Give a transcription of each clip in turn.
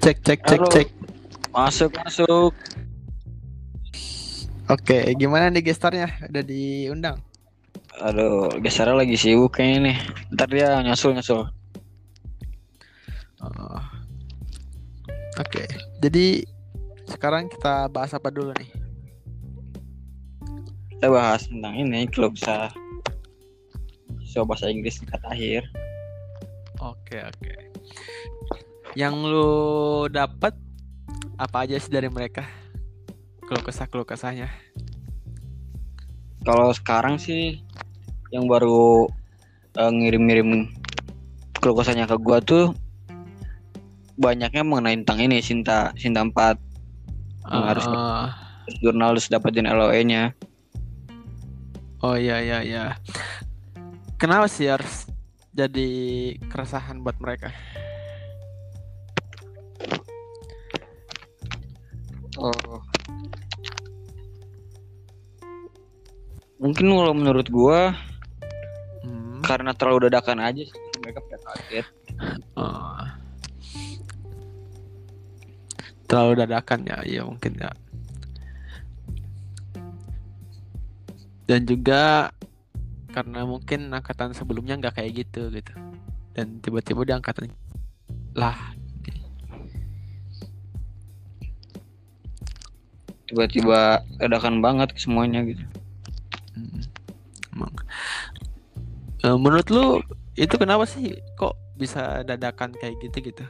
Cek cek cek Halo, cek. masuk. Oke, gimana nih gestarnya? Udah diundang? Aduh, gesernya lagi sibuk kayaknya nih. Ntar dia nyusul. Oh, oke. Jadi sekarang kita bahas apa dulu nih? Kita bahas tentang ini, kalau bisa bahasa Inggris tingkat akhir. Oke. Yang lu dapat apa aja sih dari mereka? Keluh kesahnya. Kalau sekarang sih yang baru ngirim-ngirim keluh kesahnya ke gua tuh banyaknya mengenai tentang ini Sinta 4 yang harus Eh, jurnal harus dapetin LOE-nya. oh iya. Kenapa sih harus jadi keresahan buat mereka? Oh, mungkin kalau menurut gua karena terlalu dadakan aja sih mereka pada kaget. Oh, terlalu dadakan ya, iya mungkin ya. Dan juga karena mungkin angkatan sebelumnya nggak kayak gitu, dan tiba-tiba di angkatan lah. Tiba-tiba dadakan banget semuanya gitu. Emang. Menurut lu itu kenapa sih kok bisa dadakan kayak gitu?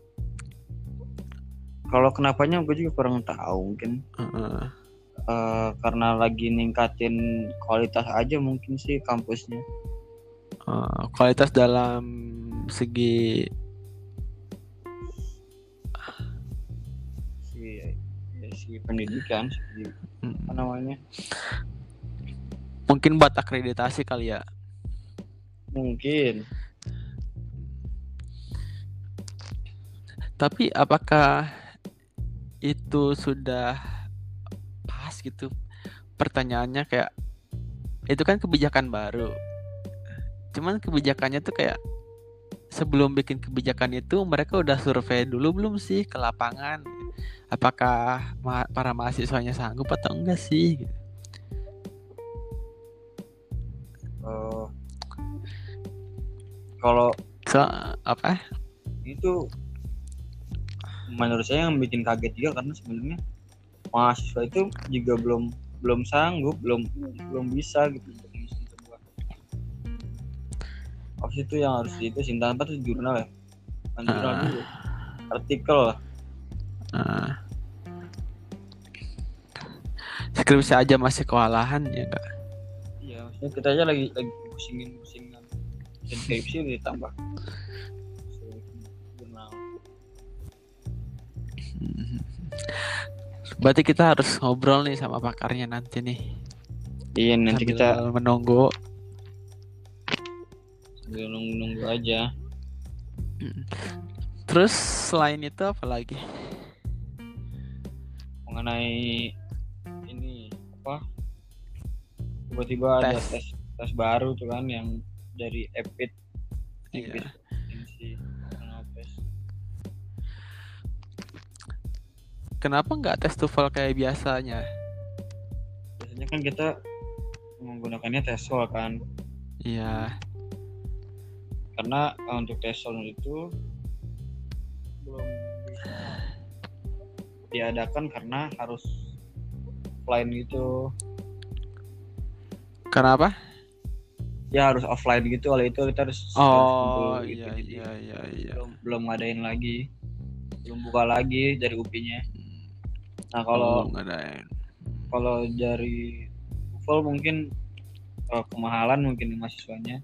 Kalau kenapanya gue juga kurang tahu, mungkin karena lagi ningkatin kualitas aja mungkin sih kampusnya. Kualitas dalam segi si pendidikan, apa namanya? Mungkin buat akreditasi kali ya. Mungkin. Tapi apakah itu sudah pas gitu? Pertanyaannya kayak itu kan kebijakan baru. Cuman kebijakannya tuh kayak sebelum bikin kebijakan itu mereka udah survei dulu belum sih ke lapangan? Apakah para mahasiswanya sanggup atau enggak sih? Kalau apa? Itu menurut saya yang bikin kaget juga, karena sebenarnya mahasiswa itu juga belum sanggup, belum bisa gitu untuk ngisi sebuah. Habis itu yang harus itu Sinta 4 itu jurnal ya. Jurnal dulu. Artikel lah. Skripsi aja masih kewalahan ya enggak? Iya, maksudnya kita aja lagi pusingin skripsi ditambah jurnal. Berarti kita harus ngobrol nih sama pakarnya nanti nih. Iya, nanti sambil kita menunggu. Sambil nunggu aja. Terus selain itu apa lagi? Mengenai ini apa? Tiba-tiba ada tes baru tuh kan yang dari EPIT. Iya. Kenapa nggak tes TOEFL kayak biasanya? Biasanya kan kita menggunakannya TESOL kan. Iya. Karena untuk TESOL itu belum bisa diadakan karena harus offline gitu. Kenapa? Ya harus offline gitu, oleh itu kita harus kumpul gitu. Iya. Belum ngadain lagi, belum buka lagi dari UPI-nya. Nah kalau dari TOEFL mungkin kemahalan mungkin mahasiswanya.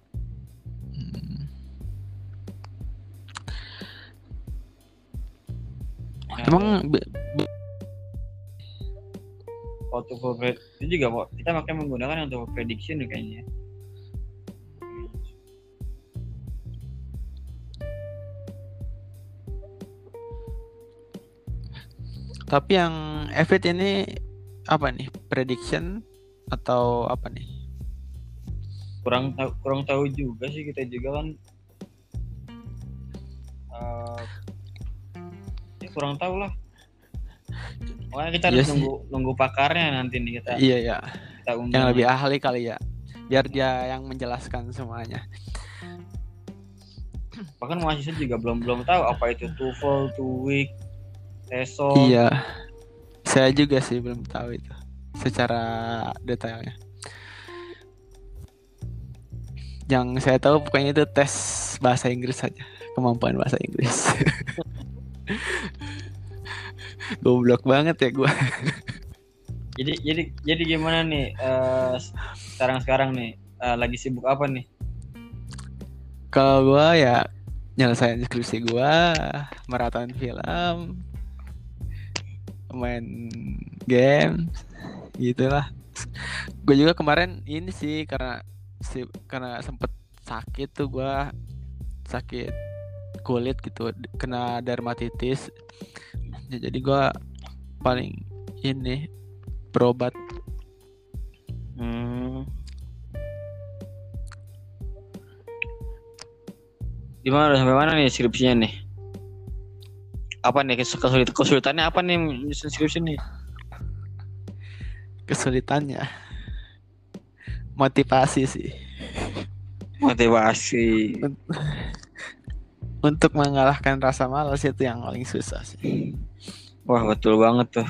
Emang TOEFL itu juga kita makanya menggunakan yang TOEFL prediction kayaknya. Tapi yang EVIT ini apa nih? Prediction atau apa nih? Kurang tahu juga sih, kita juga kan kurang tahu lah. Makanya kita Iya harus sih. nunggu pakarnya nanti nih kita Iya ya, yang undang. lebih ahli kali ya, biar dia yang menjelaskan semuanya. Bahkan mahasiswa juga belum tahu apa itu TOEFL, TOEIC, TESOL. Iya, saya juga sih belum tahu itu secara detailnya. Yang saya tahu pokoknya itu tes bahasa Inggris saja, kemampuan bahasa Inggris. Goblok banget ya gue. Jadi gimana nih sekarang nih lagi sibuk apa nih? Kalau gue ya nyelesain skripsi gue, maraton film, main game, gitulah. Gue juga kemarin ini sih karena sempet sakit tuh, gue sakit kulit gitu, kena dermatitis. Ya, jadi gue paling ini berobat. Gimana udah sampai mana nih skripsinya nih? Apa nih kesulitannya apa nih nyusun skripsi nih? Kesulitannya motivasi sih. Motivasi. Untuk mengalahkan rasa malas itu yang paling susah sih. Wah, betul banget tuh.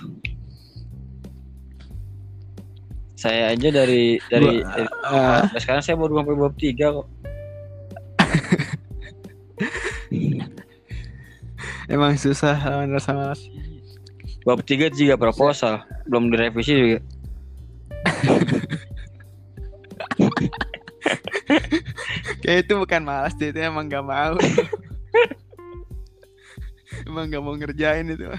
Saya aja dari sekarang saya baru sampai bab 3 kok. Emang susah lawan rasa malas. Bab 3 juga proposal, belum direvisi juga. Kayak itu bukan malas, dia itu emang gak mau. Emang gak mau ngerjain itu.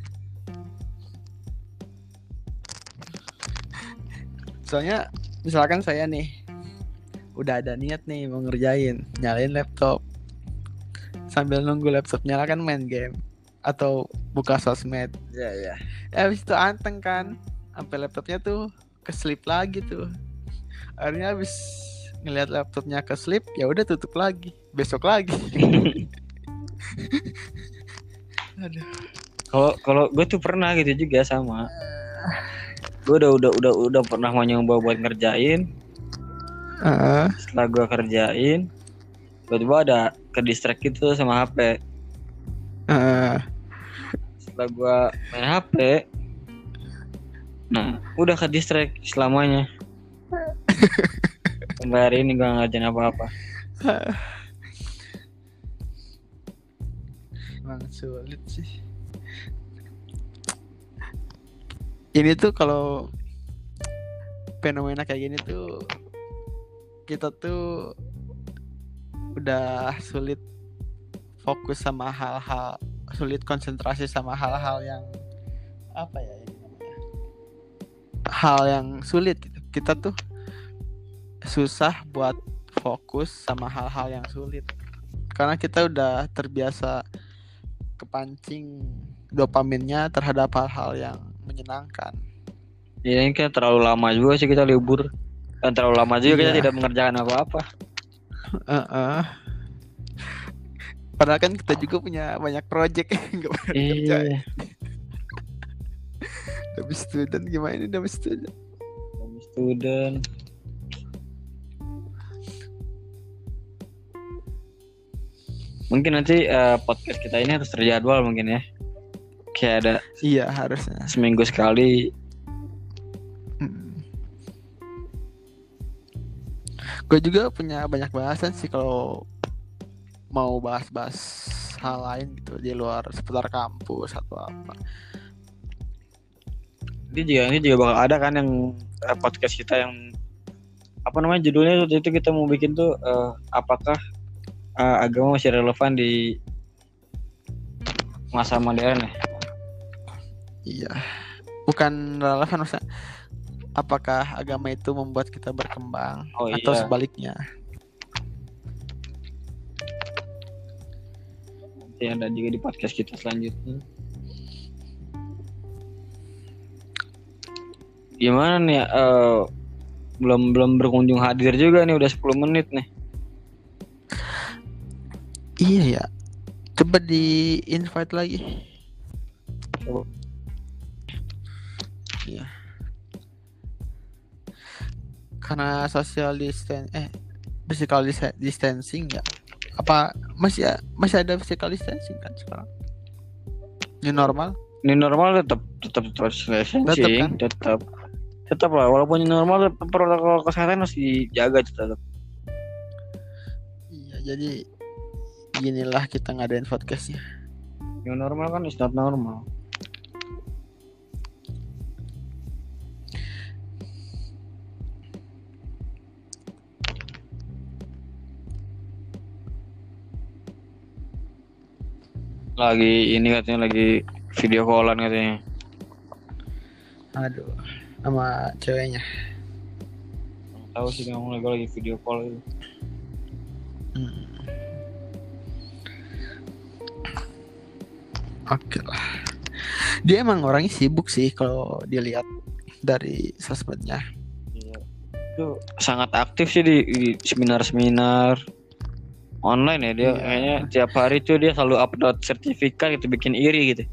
Soalnya misalkan saya nih udah ada niat nih mau ngerjain, nyalain laptop, sambil nunggu laptop nyala kan main game atau buka sosmed. Ya. Habis itu anteng kan, sampai laptopnya tuh keslip lagi tuh. Akhirnya habis ngeliat laptopnya keslip, ya udah tutup lagi, besok lagi. Aduh. Kalau gue tuh pernah gitu juga sama. Gue udah pernah mau nyoba buat ngerjain. Setelah gue kerjain, tiba-tiba ada ke distract gitu sama HP. Setelah gue main HP, nah udah ke distract selamanya. Sampai hari ini gue nggak ngerjain apa-apa. Emang sulit sih. Ini tuh kalau fenomena kayak gini tuh kita tuh udah sulit fokus sama hal-hal, sulit konsentrasi sama hal-hal yang apa ya ini namanya, hal yang sulit gitu. Kita tuh susah buat fokus sama hal-hal yang sulit karena kita udah terbiasa kepancing dopaminnya terhadap hal-hal yang menyenangkan. Ya ini kan terlalu lama juga sih kita libur, dan terlalu lama juga kita tidak mengerjakan apa-apa. Padahal kan kita juga punya banyak project yang nggak pernah dikerjain. Tapi student gimana ini tapi student? Mungkin nanti podcast kita ini harus terjadwal mungkin ya. Kayak ada. Iya harusnya. Seminggu sekali. Gue juga punya banyak bahasan sih kalau mau bahas-bahas hal lain gitu di luar seputar kampus atau apa. Ini juga bakal ada kan yang podcast kita yang apa namanya judulnya itu kita mau bikin tuh apakah agama masih relevan di masa modern ya? Iya. Bukan relevan maksudnya. Apakah agama itu membuat kita berkembang atau sebaliknya? Nanti ada juga di podcast kita selanjutnya. Gimana nih belum berkunjung hadir juga nih, udah 10 menit nih. Iya ya. Coba di invite lagi. Iya. Karena physical distancing ya. Apa masih ada physical distancing kan sekarang? New normal? Ini normal tetap social distancing, Tetap kan? tetap lah, walaupun new normal tetap protokol kesehatan harus dijaga tetap. Iya, jadi ginilah kita ngadain podcastnya. New normal kan is not normal. Lagi ini katanya lagi video callan katanya. Aduh, sama ceweknya. Tahu sih kamu lagi video call itu. Oke lah. Dia emang orangnya sibuk sih kalau dilihat dari sosmednya. Iya. Itu sangat aktif sih di seminar-seminar online ya dia. Iya. Kayaknya tiap hari tuh dia selalu upload sertifikat gitu, bikin iri gitu.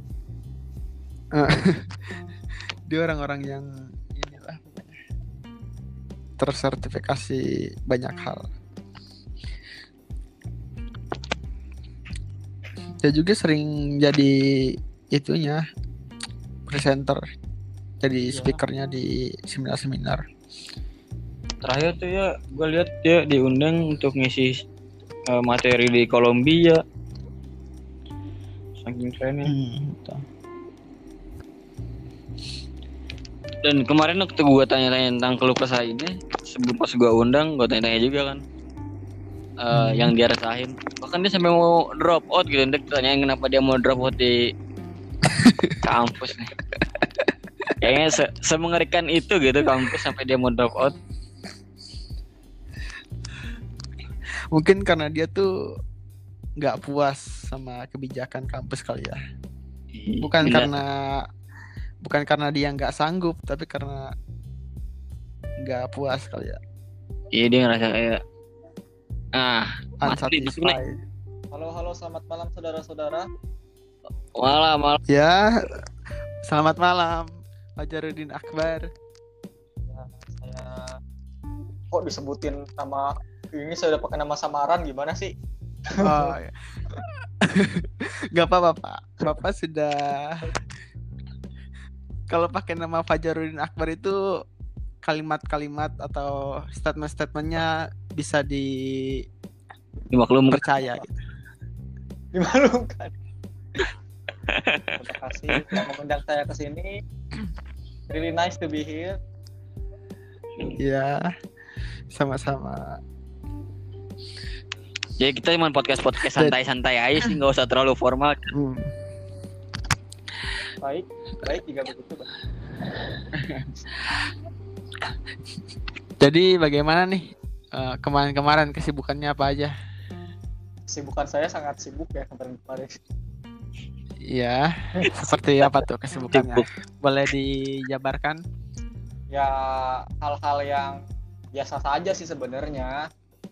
Dia orang-orang yang inilah tersertifikasi banyak hal. Dia juga sering jadi itunya presenter, jadi speakernya di seminar-seminar. Terakhir tuh ya gue lihat dia diundang untuk ngisi materi di Kolombia. Saking kerennya. Dan kemarin waktu gue tanya-tanya tentang keluh kesah ini, sebelum pas gue undang, gue tanya-tanya juga kan yang dia rasain. Bahkan dia sampai mau drop out gitu, dia tanyain kenapa dia mau drop out di kampus nih. Kayaknya semengerikan itu gitu kampus sampai dia mau drop out. Mungkin karena dia tuh nggak puas sama kebijakan kampus kali ya. Bukan karena dia nggak sanggup, tapi karena nggak puas kali ya. Iya, dia ngerasa kayak unsatisfied. Halo, selamat malam saudara-saudara. Malam. Ya, selamat malam, Fajarudin Akbar. Ya, saya kok disebutin nama ini, saya udah pakai nama samaran, gimana sih? Oh, ya. Gak apa-apa, Pak. Bapak sudah. Kalau pakai nama Fajarudin Akbar itu kalimat-kalimat atau statement-statementnya bisa dipercaya gitu. Dimaklumkan. Terima kasih telah mengundang saya ke sini. Really nice to be here. Ya, sama-sama. Ya kita cuma podcast santai-santai aja sih, nggak usah terlalu formal. Baik jika begitu, Pak. Jadi bagaimana nih kemarin kesibukannya apa aja? Kesibukan saya sangat sibuk ya kemarin. Iya, seperti apa tuh kesibukannya? Boleh dijabarkan? Ya hal-hal yang biasa saja sih sebenarnya.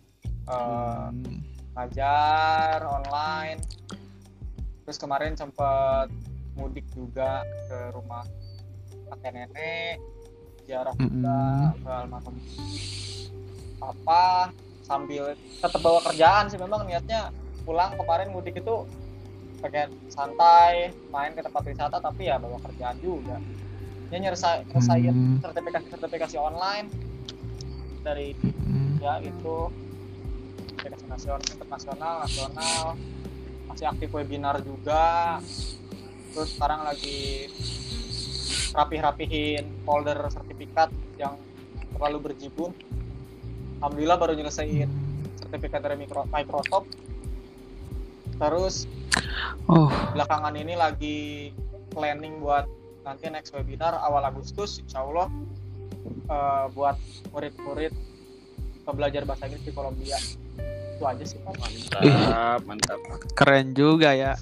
Ngajar online. Terus kemarin sempat mudik juga ke rumah kakek nenek, ziarah juga ke almarhum papa, sambil tetap bawa kerjaan sih. Memang niatnya pulang kemarin mudik itu pengen santai, main ke tempat wisata, tapi ya bawa kerjaan juga. Dia nyelesain sertifikasi online dari ya itu sertifikasi nasional, internasional, masih aktif webinar juga. Terus sekarang lagi rapihin folder sertifikat yang terlalu berjibun. Alhamdulillah baru nyelesain sertifikat dari Microsoft. Terus belakangan ini lagi planning buat nanti next webinar awal Agustus, insya Allah buat murid-murid pembelajar bahasa Inggris di Kolombia. Itu aja sih, Pak. Mantap. Keren juga ya.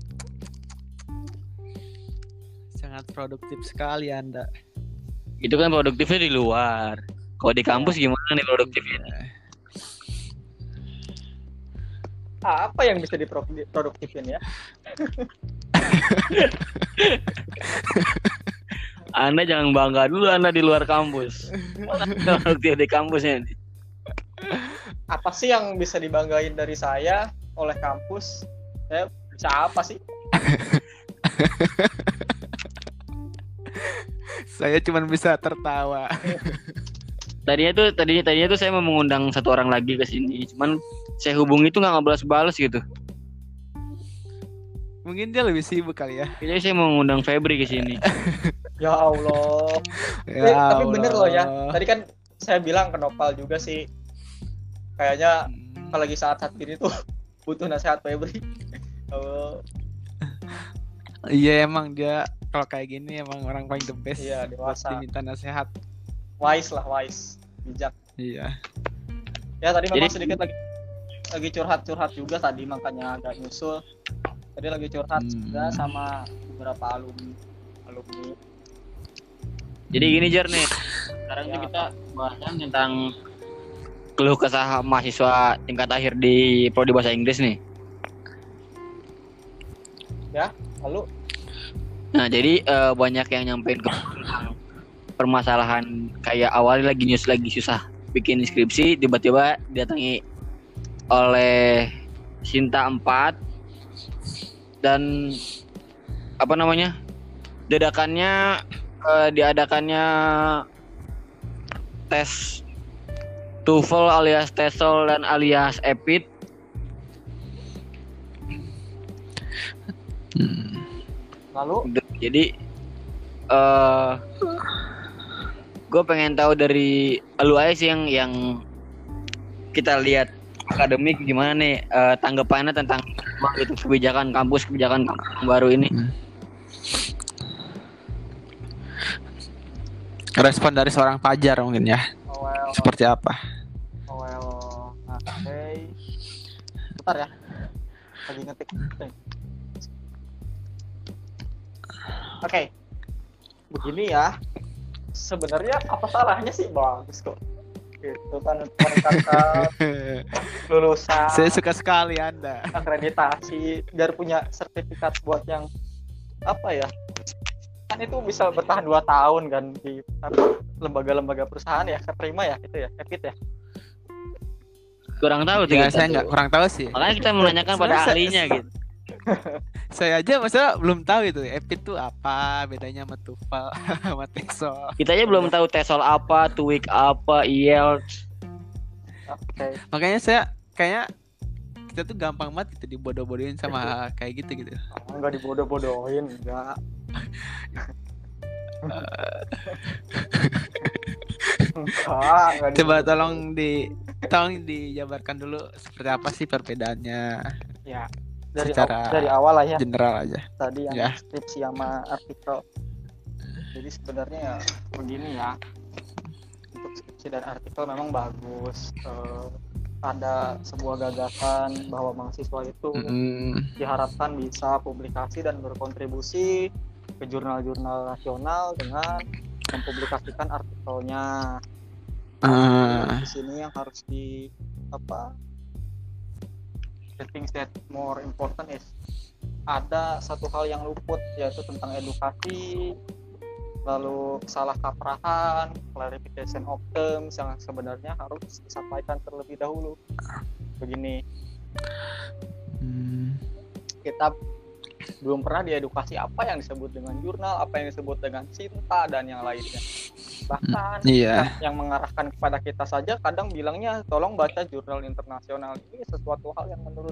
Sangat produktif sekali Anda. Itu kan produktifnya di luar. Kalau di kampus gimana nih produktifnya? Apa yang bisa diproduktifin ya? Anda jangan bangga dulu Anda di luar kampus. Mana aktif di kampusnya nih? Apa sih yang bisa dibanggain dari saya oleh kampus? Saya bisa apa sih? Saya cuma bisa tertawa. Tadinya tuh saya mau mengundang satu orang lagi ke sini, cuman saya hubungi tuh nggak balas gitu. Mungkin dia lebih sibuk kali ya. Jadi saya mau mengundang Febri ke sini. Ya Allah. Tapi bener loh ya. Tadi kan saya bilang ke Nopal juga sih. Kayaknya kalau lagi saat-saat ini tuh butuh nasihat Febri. Iya emang dia kalau kayak gini emang orang paling the best. Iya, dewasa. Diminta nasihat. Wise, bijak. Iya. Ya tadi memang sedikit lagi curhat juga tadi, makanya agak nyusul. Tadi lagi curhat juga sama beberapa alumni. Jadi gini Jar nih. Sekarang tuh kita bahasnya tentang keluh kesah mahasiswa tingkat akhir di prodi bahasa Inggris nih. Ya, lalu. Nah jadi banyak yang nyampein ke permasalahan kayak awalnya lagi susah bikin skripsi, tiba-tiba didatangi oleh Sinta 4 dan diadakannya tes TOEFL alias TESOL dan alias EPIT. Lalu jadi gue pengen tahu dari lu aja sih yang kita lihat akademik gimana nih tanggapannya tentang itu kebijakan kampus yang baru ini. Respon dari seorang Fajar mungkin ya. Seperti apa? Bentar ya. Lagi ngetik. Oke. Begini ya. Sebenarnya apa salahnya sih, bagus kok. Gitu kan lulusan. Saya suka sekali Anda. Akreditasi biar punya sertifikat buat yang apa ya? Kan itu bisa bertahan 2 tahun kan di lembaga-lembaga perusahaan ya, keterima ya itu ya, EPIT ya. Kurang tahu ya, saya nggak kurang tahu sih. Makanya kita menanyakan pada ahlinya gitu. Saya aja masalah belum tahu itu EPIT itu apa, bedanya sama TOEFL sama TESOL. Kita aja belum tahu TESOL apa, TOEIC apa, IELTS. Okay. Makanya saya kayaknya kita tuh gampang banget gitu dibodoh-bodohin sama kayak gitu. Enggak dibodoh-bodohin, enggak. Coba tolong dijabarkan dulu seperti apa sih perbedaannya. Ya. Dari awal lah ya. General aja. Tadi yang skripsi sama artikel. Jadi sebenarnya ya begini ya. Untuk skripsi dan artikel memang bagus. Ada sebuah gagasan bahwa mahasiswa itu diharapkan bisa publikasi dan berkontribusi ke jurnal-jurnal nasional dengan mempublikasikan artikelnya. Di sini yang harus the things that more important is ada satu hal yang luput, yaitu tentang edukasi, lalu salah kaprahan, clarification of terms yang sebenarnya harus disampaikan terlebih dahulu. Begini, kita belum pernah diedukasi apa yang disebut dengan jurnal, apa yang disebut dengan Sinta dan yang lainnya. Bahkan yang mengarahkan kepada kita saja kadang bilangnya tolong baca jurnal internasional. Ini sesuatu hal yang menurut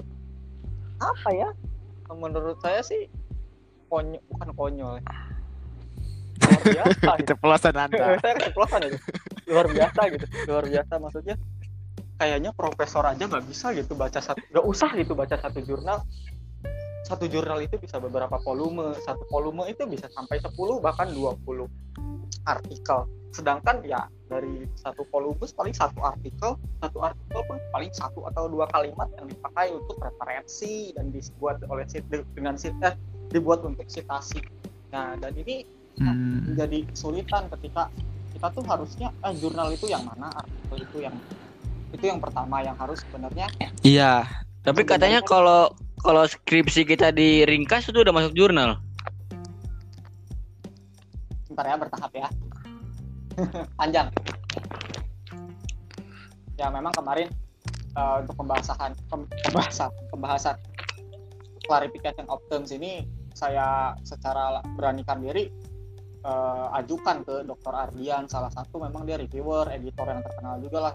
menurut saya sih bukan konyol. Luar biasa gitu. Keceplosan Anda. Saya keceplosan aja. Luar biasa maksudnya. Kayaknya profesor aja nggak bisa gitu nggak usah gitu baca satu jurnal. Satu jurnal itu bisa beberapa volume. Satu volume itu bisa sampai 10 bahkan 20 artikel. Sedangkan ya dari satu volume paling satu artikel pun paling 1 atau 2 kalimat yang dipakai untuk referensi dan dibuat dibuat untuk citasi. Nah, dan ini menjadi kesulitan ketika kita tuh harusnya jurnal itu yang mana, artikel itu yang pertama yang harus sebenarnya. Iya. Tapi katanya kalau skripsi kita diringkas itu udah masuk jurnal. Bentar ya, bertahap ya. Panjang. Ya memang kemarin untuk pembahasan clarification of terms ini saya secara beranikan diri ajukan ke Dr. Ardian, salah satu memang dia reviewer, editor yang terkenal juga lah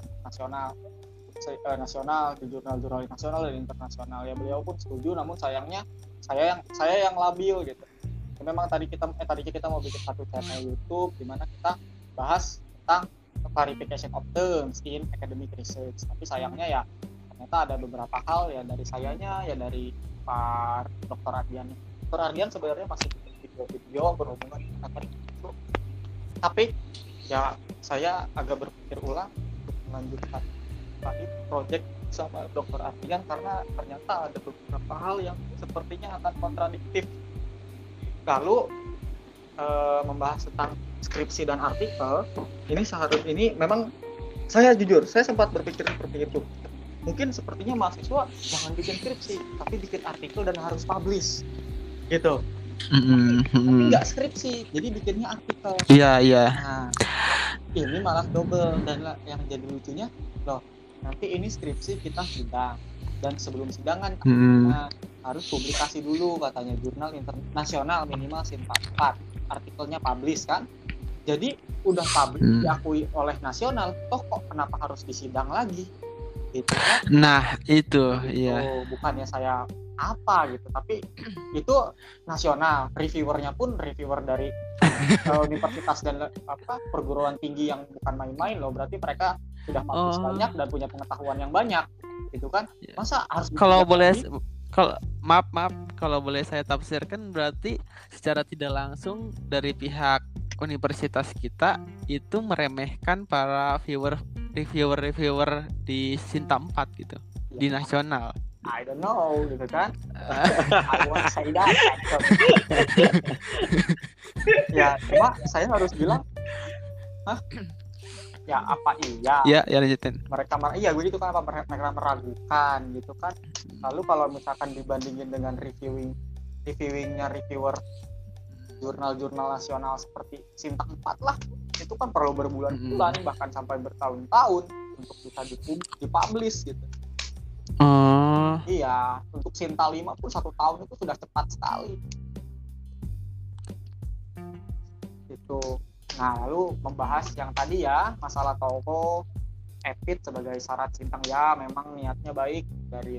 nasional di jurnal-jurnal nasional dan internasional. Ya beliau pun setuju, namun sayangnya saya yang labil gitu. Ya, memang tadi kita mau bikin satu channel YouTube di mana kita bahas tentang clarification of terms in academic research. Tapi sayangnya ya ternyata ada beberapa hal ya dari sayanya, ya dari Pak Dr. Ardian. Dr. Ardian sebenarnya masih bikin video-video berhubungan dengan itu. Tapi ya saya agak berpikir ulang untuk melanjutkan tadi project sama Dr. Ardian karena ternyata ada beberapa hal yang sepertinya akan kontradiktif. Lalu membahas tentang skripsi dan artikel ini memang saya jujur saya sempat berpikir seperti itu. Mungkin sepertinya mahasiswa jangan bikin skripsi tapi bikin artikel dan harus publish gitu. Tapi nggak skripsi jadi bikinnya artikel. Iya. Nah ini malah double, dan yang jadi lucunya loh, nanti ini skripsi kita sidang dan sebelum sidangan harus publikasi dulu katanya jurnal internasional minimal SIN 44, artikelnya publish kan. Jadi udah publish diakui oleh nasional, toh kok kenapa harus disidang lagi gitu kan. Nah itu iya. Bukannya saya apa gitu, tapi itu nasional, reviewernya pun reviewer dari universitas dan perguruan tinggi yang bukan main-main loh, berarti mereka sudah publish banyak dan punya pengetahuan yang banyak gitu kan. Masa harus kalau boleh maaf kalau boleh saya tafsirkan, berarti secara tidak langsung dari pihak universitas kita itu meremehkan para reviewer di Sinta 4 gitu ya, di nasional. I don't know gitu kan. I want to say that. Ya cuma saya harus bilang ya apa iya ya lanjutin. Mereka iya begitu kan, apa mereka meragukan gitu kan. Lalu kalau misalkan dibandingin dengan reviewingnya reviewer jurnal-jurnal nasional seperti Sinta 4 lah, itu kan perlu berbulan-bulan bahkan sampai bertahun-tahun untuk bisa dipublish gitu. Iya, untuk Sinta 5 pun 1 tahun itu sudah cepat sekali gitu. Nah lalu membahas yang tadi ya, masalah TOEFL EPIT sebagai syarat sintang, ya memang niatnya baik dari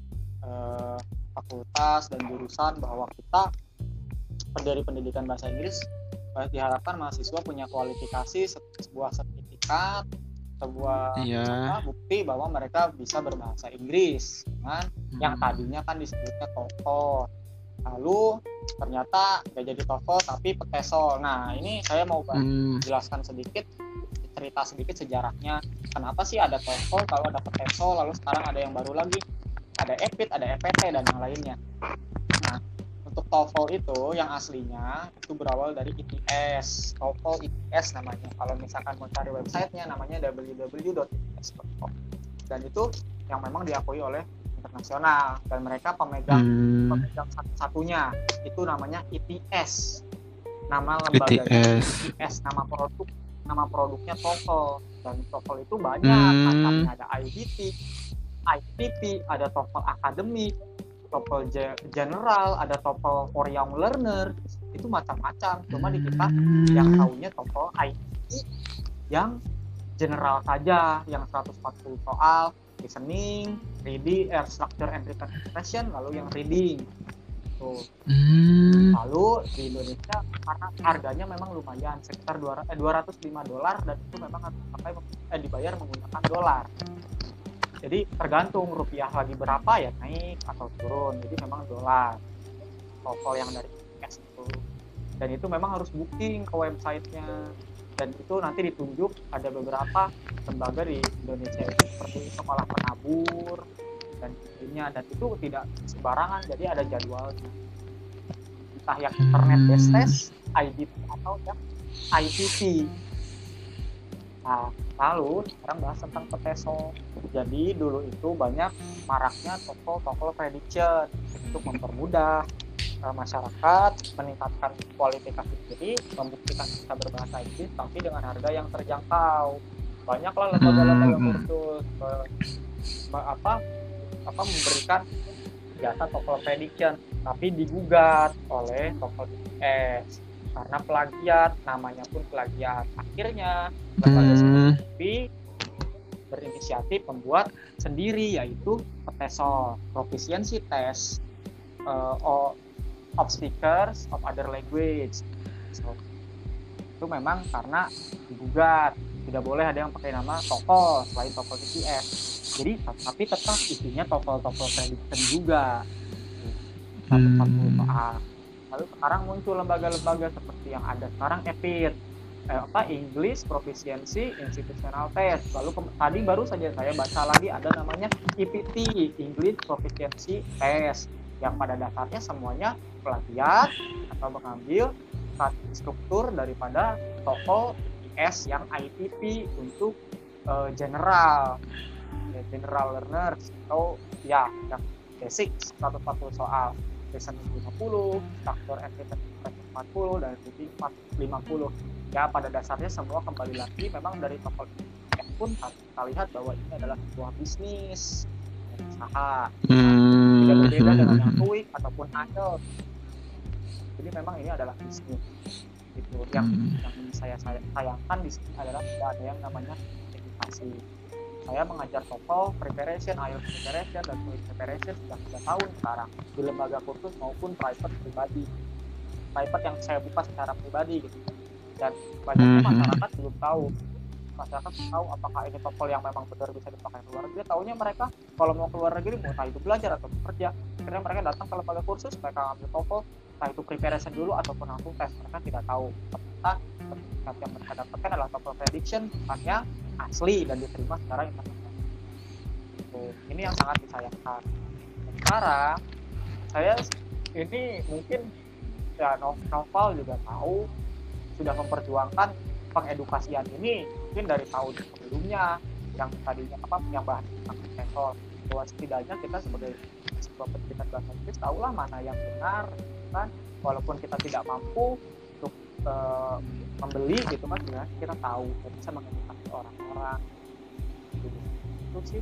fakultas dan jurusan bahwa kita dari pendidikan bahasa Inggris diharapkan mahasiswa punya kualifikasi sebuah sertifikat, sebuah bukti bahwa mereka bisa berbahasa Inggris dengan yang tadinya kan disebutnya TOEFL. Lalu ternyata nggak jadi TOEFL tapi PTESOL. Nah ini saya mau jelaskan sedikit, cerita sedikit sejarahnya. Kenapa sih ada TOEFL, kalau ada PTESOL, lalu sekarang ada yang baru lagi, ada EPIT, ada EPT dan yang lainnya. Nah untuk TOEFL itu yang aslinya itu berawal dari ITS, TOEFL ITS namanya. Kalau misalkan mau cari websitenya namanya www.its.com, dan itu yang memang diakui oleh internasional dan mereka pemegang satu-satunya itu namanya ITS, nama lembaganya ITS, nama produknya TOEFL. Dan TOEFL itu banyak macamnya, ada IBT, ITP, ada TOEFL akademik, TOEFL general, ada TOEFL for young learner, itu macam-macam. Cuma di kita yang tahunya TOEFL ITP yang general saja, yang 140 soal, listening, reading, structure and written expression, lalu yang reading. Tuh. Lalu di Indonesia karena harganya memang lumayan, sekitar $205, dan itu memang harus dibayar menggunakan dolar. Jadi tergantung rupiah lagi berapa ya naik atau turun. Jadi memang dolar. TOEFL yang dari US itu. Dan itu memang harus booking ke websitenya. Dan itu nanti ditunjuk ada beberapa lembaga di Indonesia itu seperti sekolah penabur dan lainnya, dan itu tidak sembarangan, jadi ada jadwalnya, entah yang internet based test, IBT atau yang ITP. Nah, lalu sekarang bahas tentang PTESOL. Jadi dulu itu banyak maraknya TOEFL prediction untuk mempermudah masyarakat, meningkatkan kualifikasi diri, membuktikan bisa berbahasa Inggris tapi dengan harga yang terjangkau. Banyaklah lembaga-lembaga kursus memberikan jasa TOEFL prediction, tapi digugat oleh TOEFL BPS karena plagiat, namanya pun plagiat. Akhirnya lembaga sendiri berinisiatif membuat sendiri, yaitu PTESOL, Proficiency Test of Speakers of Other Language. So, itu memang karena digugat, tidak boleh ada yang pakai nama TOEFL selain TOEFL BPS. Jadi tapi tetap isinya TOEFL prediction juga. Lalu sekarang muncul lembaga-lembaga seperti yang ada sekarang EPIT, English Proficiency Institutional Test. Lalu tadi baru saja saya baca lagi ada namanya EPT, English Proficiency Test, yang pada dasarnya semuanya plagiat atau mengambil struktur daripada TOEFL IS yang ITP untuk general learners, atau ya yang basic 140 soal, listening 50, structure and written 40, dan reading 50. Ya pada dasarnya semua kembali lagi memang dari TOEFL IS pun kita lihat bahwa ini adalah sebuah bisnis usaha, tidak berbeda dengan yang TOEIC ataupun IELTS. Jadi memang ini adalah bisnis. Itu yang saya sayangkan di sini adalah tidak ada yang namanya edukasi. Saya mengajar TOEFL preparation, IELTS preparation, dan TOEIC preparation sudah 3 tahun sekarang di lembaga kursus maupun private yang saya buka secara pribadi gitu. Dan banyaknya masyarakat belum tahu apakah ini TOEFL yang memang benar bisa dipakai ke luar negeri. Taunya mereka kalau mau keluar negeri mau entah itu belajar atau bekerja, akhirnya mereka datang ke lembaga kursus, mereka ambil TOEFL, entah itu preparation dulu ataupun langsung tes. Mereka tidak tahu ternyata sertifikat yang mereka dapatkan adalah TOEFL prediction, bukannya asli dan diterima secara internasional. Ini yang sangat disayangkan. Sekarang saya ini mungkin ya Noval juga tahu sudah memperjuangkan pengedukasian ini mungkin dari tahun sebelumnya, yang tadinya yang bahas tentang profesor, bahwa setidaknya kita sebagai sebuah pendidikan bahasa Inggris tahulah mana yang benar kan, walaupun kita tidak mampu untuk membeli gitu kan, sebenarnya kita tahu dan bisa mengedukasi orang-orang gitu. Itu sih.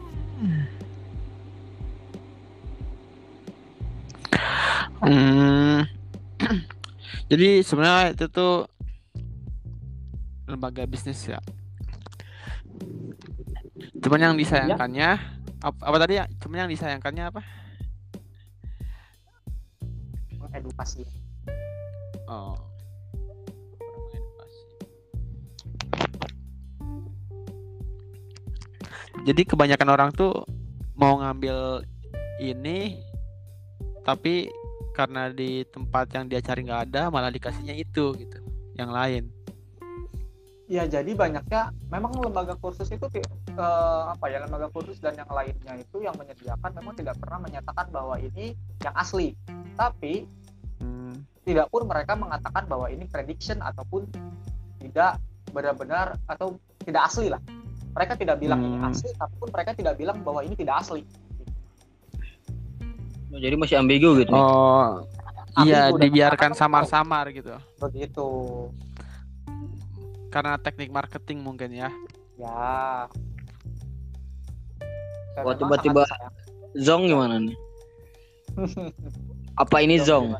Jadi sebenarnya itu tuh lembaga bisnis ya. Cuman yang disayangkannya apa tadi ya? Cuman yang disayangkannya apa? Edukasi. Oh. Jadi kebanyakan orang tuh mau ngambil ini, tapi karena di tempat yang dia cari nggak ada, malah dikasihnya itu gitu, yang lain. Ya jadi banyaknya memang lembaga kursus itu lembaga kursus dan yang lainnya itu yang menyediakan memang tidak pernah menyatakan bahwa ini yang asli, tapi tidak pun mereka mengatakan bahwa ini prediction ataupun tidak benar-benar atau tidak asli lah. Mereka tidak bilang ini asli, tapi pun mereka tidak bilang bahwa ini tidak asli. Jadi masih ambigu gitu. Oh, iya, dibiarkan samar-samar gitu. Begitu. Karena teknik marketing mungkin ya. Ya. Wah, tiba-tiba zong gimana nih? Apa ini zong?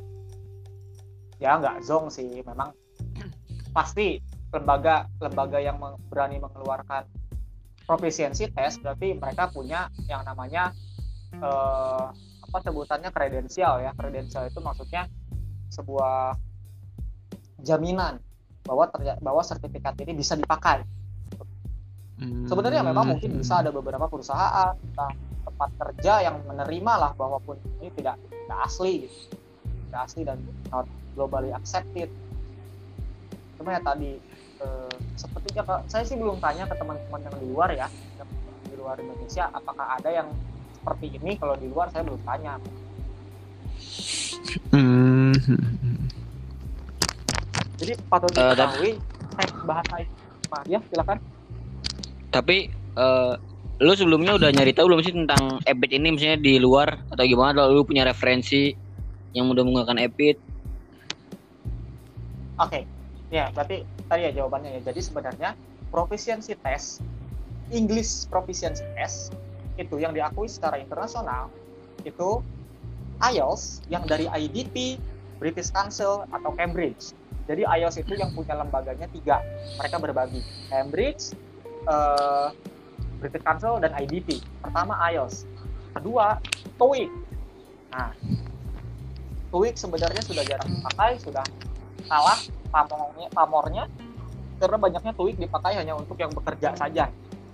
Ya nggak zong sih, memang pasti lembaga yang berani mengeluarkan proficiency test berarti mereka punya yang namanya sebutannya kredensial ya. Kredensial itu maksudnya sebuah jaminan bahwa sertifikat ini bisa dipakai. Sebenarnya memang mungkin bisa ada beberapa perusahaan, tempat kerja yang menerima lah bahwapun ini tidak asli gitu. Tidak asli dan not globally accepted. Cuma ya tadi sepertinya saya sih belum tanya ke teman-teman yang di luar ya, di luar Indonesia, apakah ada yang seperti ini. Kalau di luar saya belum tanya. Jadi patut diketahui bahasa ya silakan. Tapi lu sebelumnya udah nyari tahu belum sih tentang EBIT ini, misalnya di luar atau gimana? Lu punya referensi yang udah menggunakan EPIT. Oke, ya berarti tadi ya jawabannya ya. Jadi sebenarnya proficiency test, English proficiency test itu yang diakui secara internasional itu IELTS yang dari IDP, British Council atau Cambridge. Jadi IELTS itu yang punya lembaganya 3, mereka berbagi Cambridge, British Council dan IDP. Pertama IELTS, kedua TOEIC. Nah, TOEIC sebenarnya sudah jarang dipakai, sudah kalah pamornya karena banyaknya TOEIC dipakai hanya untuk yang bekerja saja.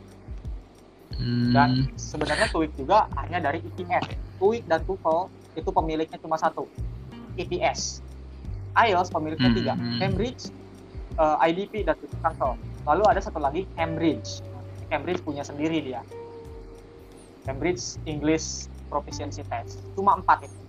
Dan sebenarnya TOEIC juga hanya dari ETS. TOEIC dan TOEFL itu pemiliknya cuma satu, ETS. IELTS pemiliknya 3, Cambridge, IDP dan British Council. Lalu ada satu lagi Cambridge. Cambridge punya sendiri dia. Cambridge English Proficiency Test. Cuma 4 itu.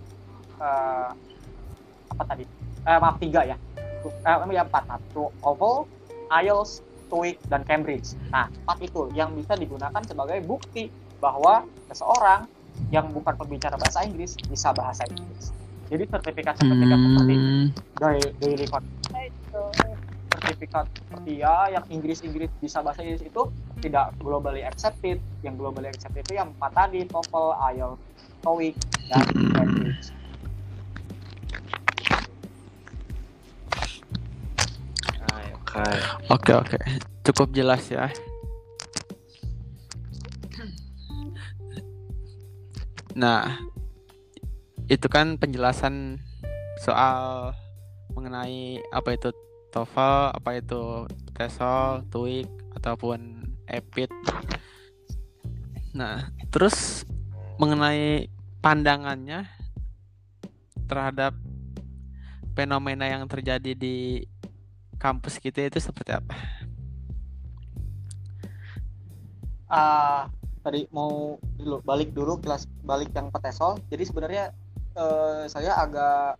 Apa tadi? Maaf 3 ya. Ya 4. TOEFL, IELTS, TOEIC dan Cambridge. Nah, 4 itu yang bisa digunakan sebagai bukti bahwa seseorang yang bukan pembicara bahasa Inggris bisa bahasa Inggris. Jadi sertifikat-sertifikat seperti daily conversation, sertifikat seperti ya yang Inggris bisa bahasa Inggris itu tidak globally accepted. Yang globally accepted itu yang 4 tadi, TOEFL, IELTS, TOEIC dan Cambridge. Oke. Cukup jelas ya. Nah, itu kan penjelasan soal mengenai apa itu TOEFL, apa itu TESOL, TOEIC ataupun EPIT. Nah, terus mengenai pandangannya terhadap fenomena yang terjadi di kampus kita itu seperti apa? Tadi mau balik yang TESOL. Jadi sebenarnya saya agak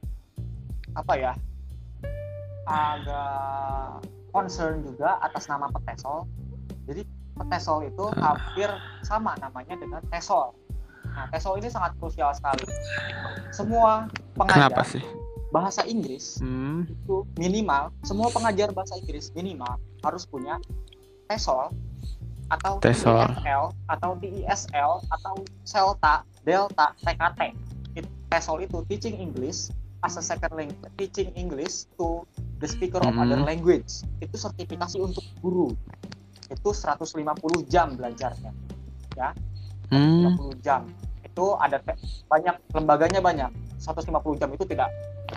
concern juga atas nama TESOL. Jadi TESOL itu hampir sama namanya dengan TESOL. Nah, TESOL ini sangat krusial sekali. Semua pengajar bahasa Inggris itu minimal, semua pengajar bahasa Inggris minimal harus punya TESOL atau TEFL atau TESL atau CELTA, Delta, TKT. TESOL itu Teaching English as a Second Language, Teaching English to the Speaker of Other Language. Itu sertifikasi untuk guru. Itu 150 jam belajarnya. Ya. 150 jam. Itu ada banyak, lembaganya banyak. 150 jam itu tidak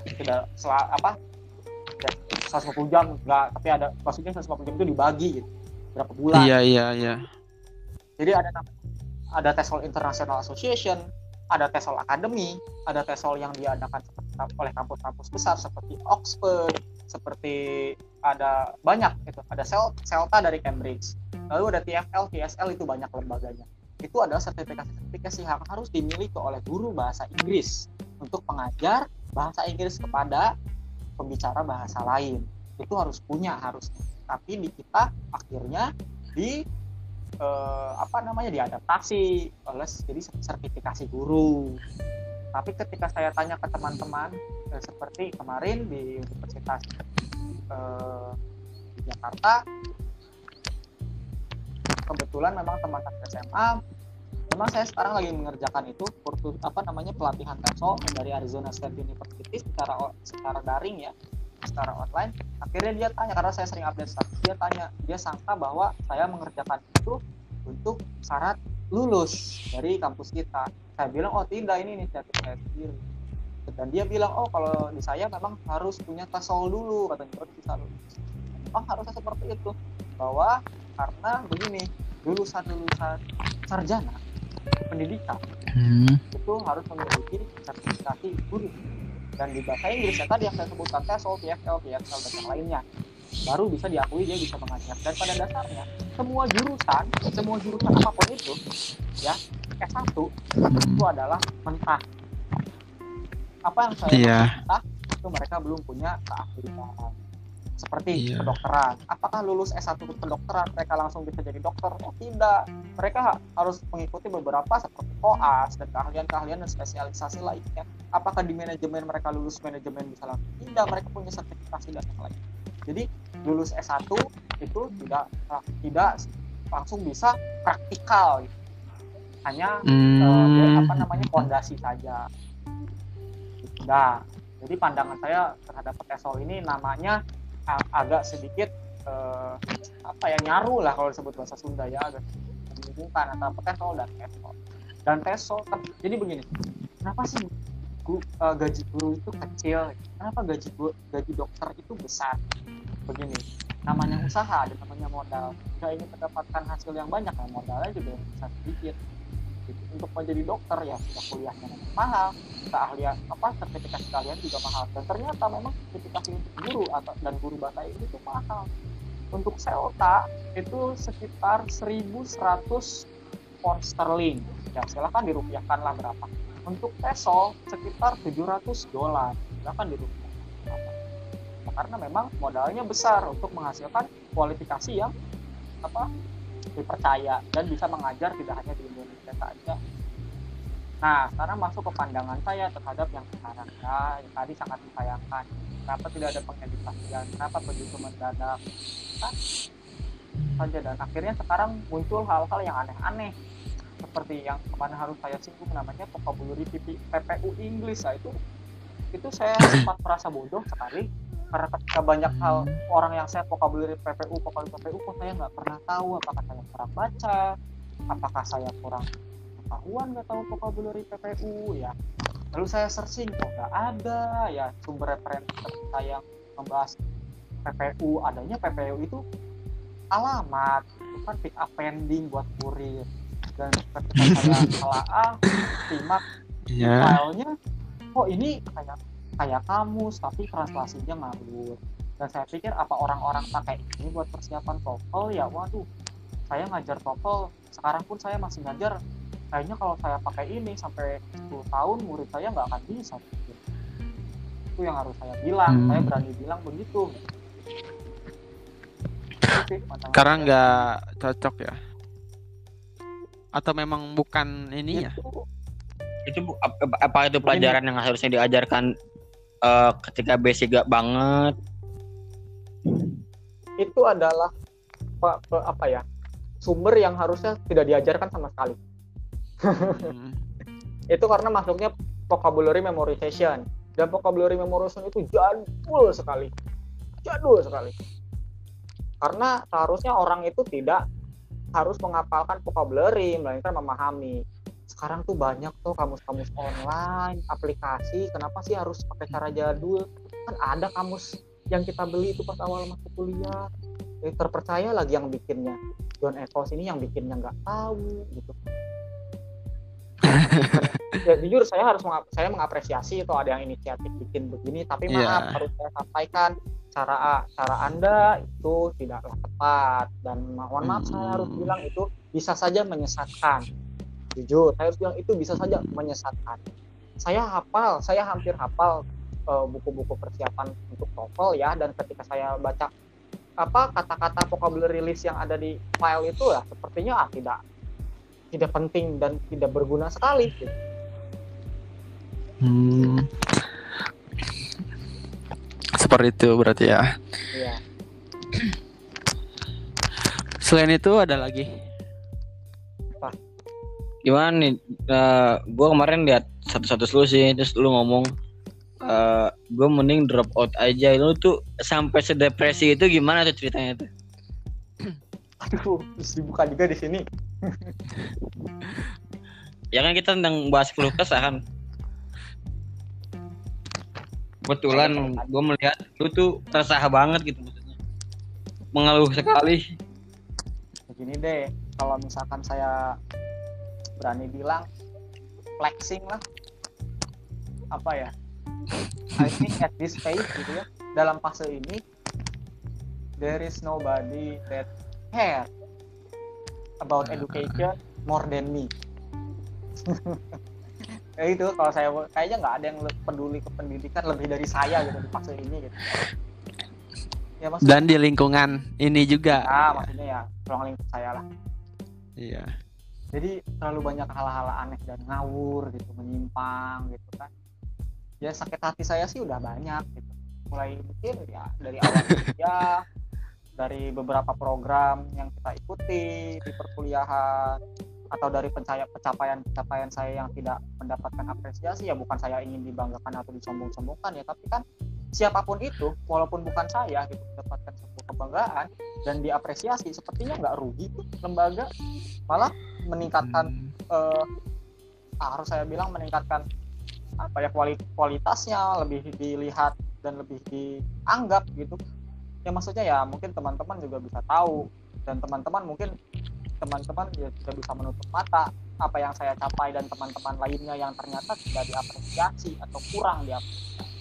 150 jam enggak, tapi ada maksudnya 150 jam itu dibagi gitu. Berapa bulan? Iya. Jadi ada TESOL International Association, ada TESOL Academy, ada TESOL yang diadakan oleh kampus-kampus besar seperti Oxford, seperti ada banyak itu. Ada CELTA dari Cambridge. Lalu ada TFL, TSL, itu banyak lembaganya. Itu adalah sertifikasi yang harus dimiliki oleh guru bahasa Inggris untuk mengajar bahasa Inggris kepada pembicara bahasa lain. Itu harus punya harusnya. Tapi di kita akhirnya diadaptasi oleh jadi sertifikasi guru. Tapi ketika saya tanya ke teman-teman seperti kemarin di Universitas di Jakarta, kebetulan memang teman SMA, memang saya sekarang lagi mengerjakan itu kursus pelatihan TESOL dari Arizona State University secara daring ya, secara online. Akhirnya dia tanya, karena saya sering update status, dia sangka bahwa saya mengerjakan itu untuk syarat lulus dari kampus kita. Saya bilang, oh tidak, ini inisiatif saya sendiri. Dan dia bilang, oh kalau di saya memang harus punya TESOL dulu, katanya, baru bisa lulus. Memang harusnya seperti itu, bahwa karena begini, lulusan sarjana pendidikan itu harus memiliki sertifikasi guru. Dan di bahasa Inggris ya tadi yang saya sebutkan TESOL, TFL, TSL dan yang lainnya, baru bisa diakui dia bisa mengajar. Dan pada dasarnya semua jurusan apapun itu ya, S1 itu adalah mentah. Apa yang saya mentah itu mereka belum punya keahlian. Seperti Iya. kedokteran. Apakah lulus S1 kedokteran mereka langsung bisa jadi dokter? Oh tidak. Mereka harus mengikuti beberapa seperti koas dan keahlian-keahlian dan spesialisasi lainnya. Apakah di manajemen mereka lulus manajemen bisa langsung? Tidak, mereka punya sertifikasi dan yang lain. Jadi lulus S1 itu tidak langsung bisa praktikal gitu. Hanya fondasi saja. Nah, jadi pandangan saya terhadap TESOL ini namanya agak sedikit nyaru lah kalau disebut bahasa Sunda ya, agak membingungkan antara TESOL dan TESOL. Dan TESOL jadi begini, kenapa sih gaji guru itu kecil? Kenapa gaji dokter itu besar? Begini, namanya usaha dan namanya modal. Jika ingin mendapatkan hasil yang banyak, ya modalnya juga bisa sedikit. Untuk menjadi dokter ya sudah kuliahnya mahal, keahlian sertifikasi keahlian juga mahal, dan ternyata memang sertifikasi untuk guru dan guru bahasa Inggris itu mahal. Untuk CELTA itu sekitar 1.100 pound sterling, ya silahkan dirupiahkan lah berapa. Untuk TESOL sekitar $700, silahkan dirupiahkan berapa. Karena memang modalnya besar untuk menghasilkan kualifikasi yang dipercaya dan bisa mengajar tidak hanya di Indonesia saja. Nah, sekarang masuk ke pandangan saya terhadap yang sekarang ya, yang tadi sangat disayangkan. Kenapa tidak ada pengedukasian? Kenapa begitu mendadak? Saja, dan akhirnya sekarang muncul hal-hal yang aneh-aneh seperti yang kemana harus saya singgung, namanya vocabulary PPU English. Nah, itu saya sempat merasa bodoh sekali karena ketika banyak hal orang yang saya vocabulary PPU kok saya nggak pernah tahu. Apakah saya kurang baca, apakah saya kurang pengetahuan nggak tahu vocabulary PPU ya. Lalu saya searching, kok nggak ada ya sumber referensi saya membahas PPU. Adanya PPU itu alamat, bukan pick up pending buat kurir. Dan ketika saya telaah simak filenya, kok ini kayak kamus tapi translasinya ngawur. Dan saya pikir apa orang-orang pakai ini buat persiapan TOEFL ya. Waduh, saya ngajar TOEFL sekarang pun saya masih ngajar. Kayaknya kalau saya pakai ini sampai 10 tahun murid saya nggak akan bisa. Itu yang harus saya bilang. Saya berani bilang begitu. Karena nggak cocok ya? Atau memang bukan ininya? Itu apa itu pelajaran yang harusnya diajarkan ketika basic gak banget? Itu adalah sumber yang harusnya tidak diajarkan sama sekali. Itu karena masuknya vocabulary memorization, dan vocabulary memorization itu jadul sekali. Karena seharusnya orang itu tidak harus menghafalkan vocabulary, melainkan memahami. Sekarang tuh banyak tuh kamus-kamus online, aplikasi. Kenapa sih harus pakai cara jadul? Kan ada kamus yang kita beli itu pas awal masuk kuliah. Terpercaya lagi yang bikinnya. John Eccles ini yang bikinnya nggak tahu gitu. Ya, jujur saya mengapresiasi itu ada yang inisiatif bikin begini, tapi maaf harus saya sampaikan cara Anda itu tidaklah tepat, dan mohon maaf saya harus bilang itu bisa saja menyesatkan. Jujur saya harus bilang itu bisa saja menyesatkan. Saya hampir hafal buku-buku persiapan untuk TOEFL ya, dan ketika saya baca kata-kata vocabulary list yang ada di file itu ya sepertinya tidak penting dan tidak berguna sekali gitu. Seperti itu berarti ya. Iya. Selain itu ada lagi? Gimana nih? Gue kemarin lihat satu lu sih, terus lu ngomong gue mending drop out aja. Lu tuh sampai sedepresi itu gimana tuh ceritanya tuh? Aduh, terus dibuka juga di sini. Ya kan kita tentang bahas keluh kesah kan. Kebetulan gue melihat lu tuh resah banget gitu maksudnya. Mengeluh sekali. Begini deh, kalau misalkan saya berani bilang flexing lah. I think at this stage gitu ya, dalam fase ini there is nobody that care about education more than me. Ya itu, kalau saya kayaknya nggak ada yang peduli ke pendidikan lebih dari saya gitu di fase ini gitu. Ya maksudnya, Dan di lingkungan ini juga. maksudnya ya ruang lingkup saya lah. Iya. Jadi terlalu banyak hal-hal aneh dan ngawur gitu, menyimpang gitu kan. Ya sakit hati saya sih udah banyak gitu. Mulai mungkin ya dari awal kuliah, dari beberapa program yang kita ikuti di perkuliahan, atau dari pencapaian saya yang tidak mendapatkan apresiasi. Ya bukan saya ingin dibanggakan atau disombong-sombongkan ya, tapi kan siapapun itu walaupun bukan saya gitu mendapatkan sebuah kebanggaan dan diapresiasi, sepertinya nggak rugi tuh lembaga, malah meningkatkan harus saya bilang meningkatkan apa ya, kualitasnya, lebih dilihat dan lebih dianggap gitu. Ya maksudnya ya mungkin teman-teman juga bisa tahu, dan teman-teman ya tidak bisa menutup mata apa yang saya capai dan teman-teman lainnya yang ternyata tidak diapresiasi atau kurang diapresiasi.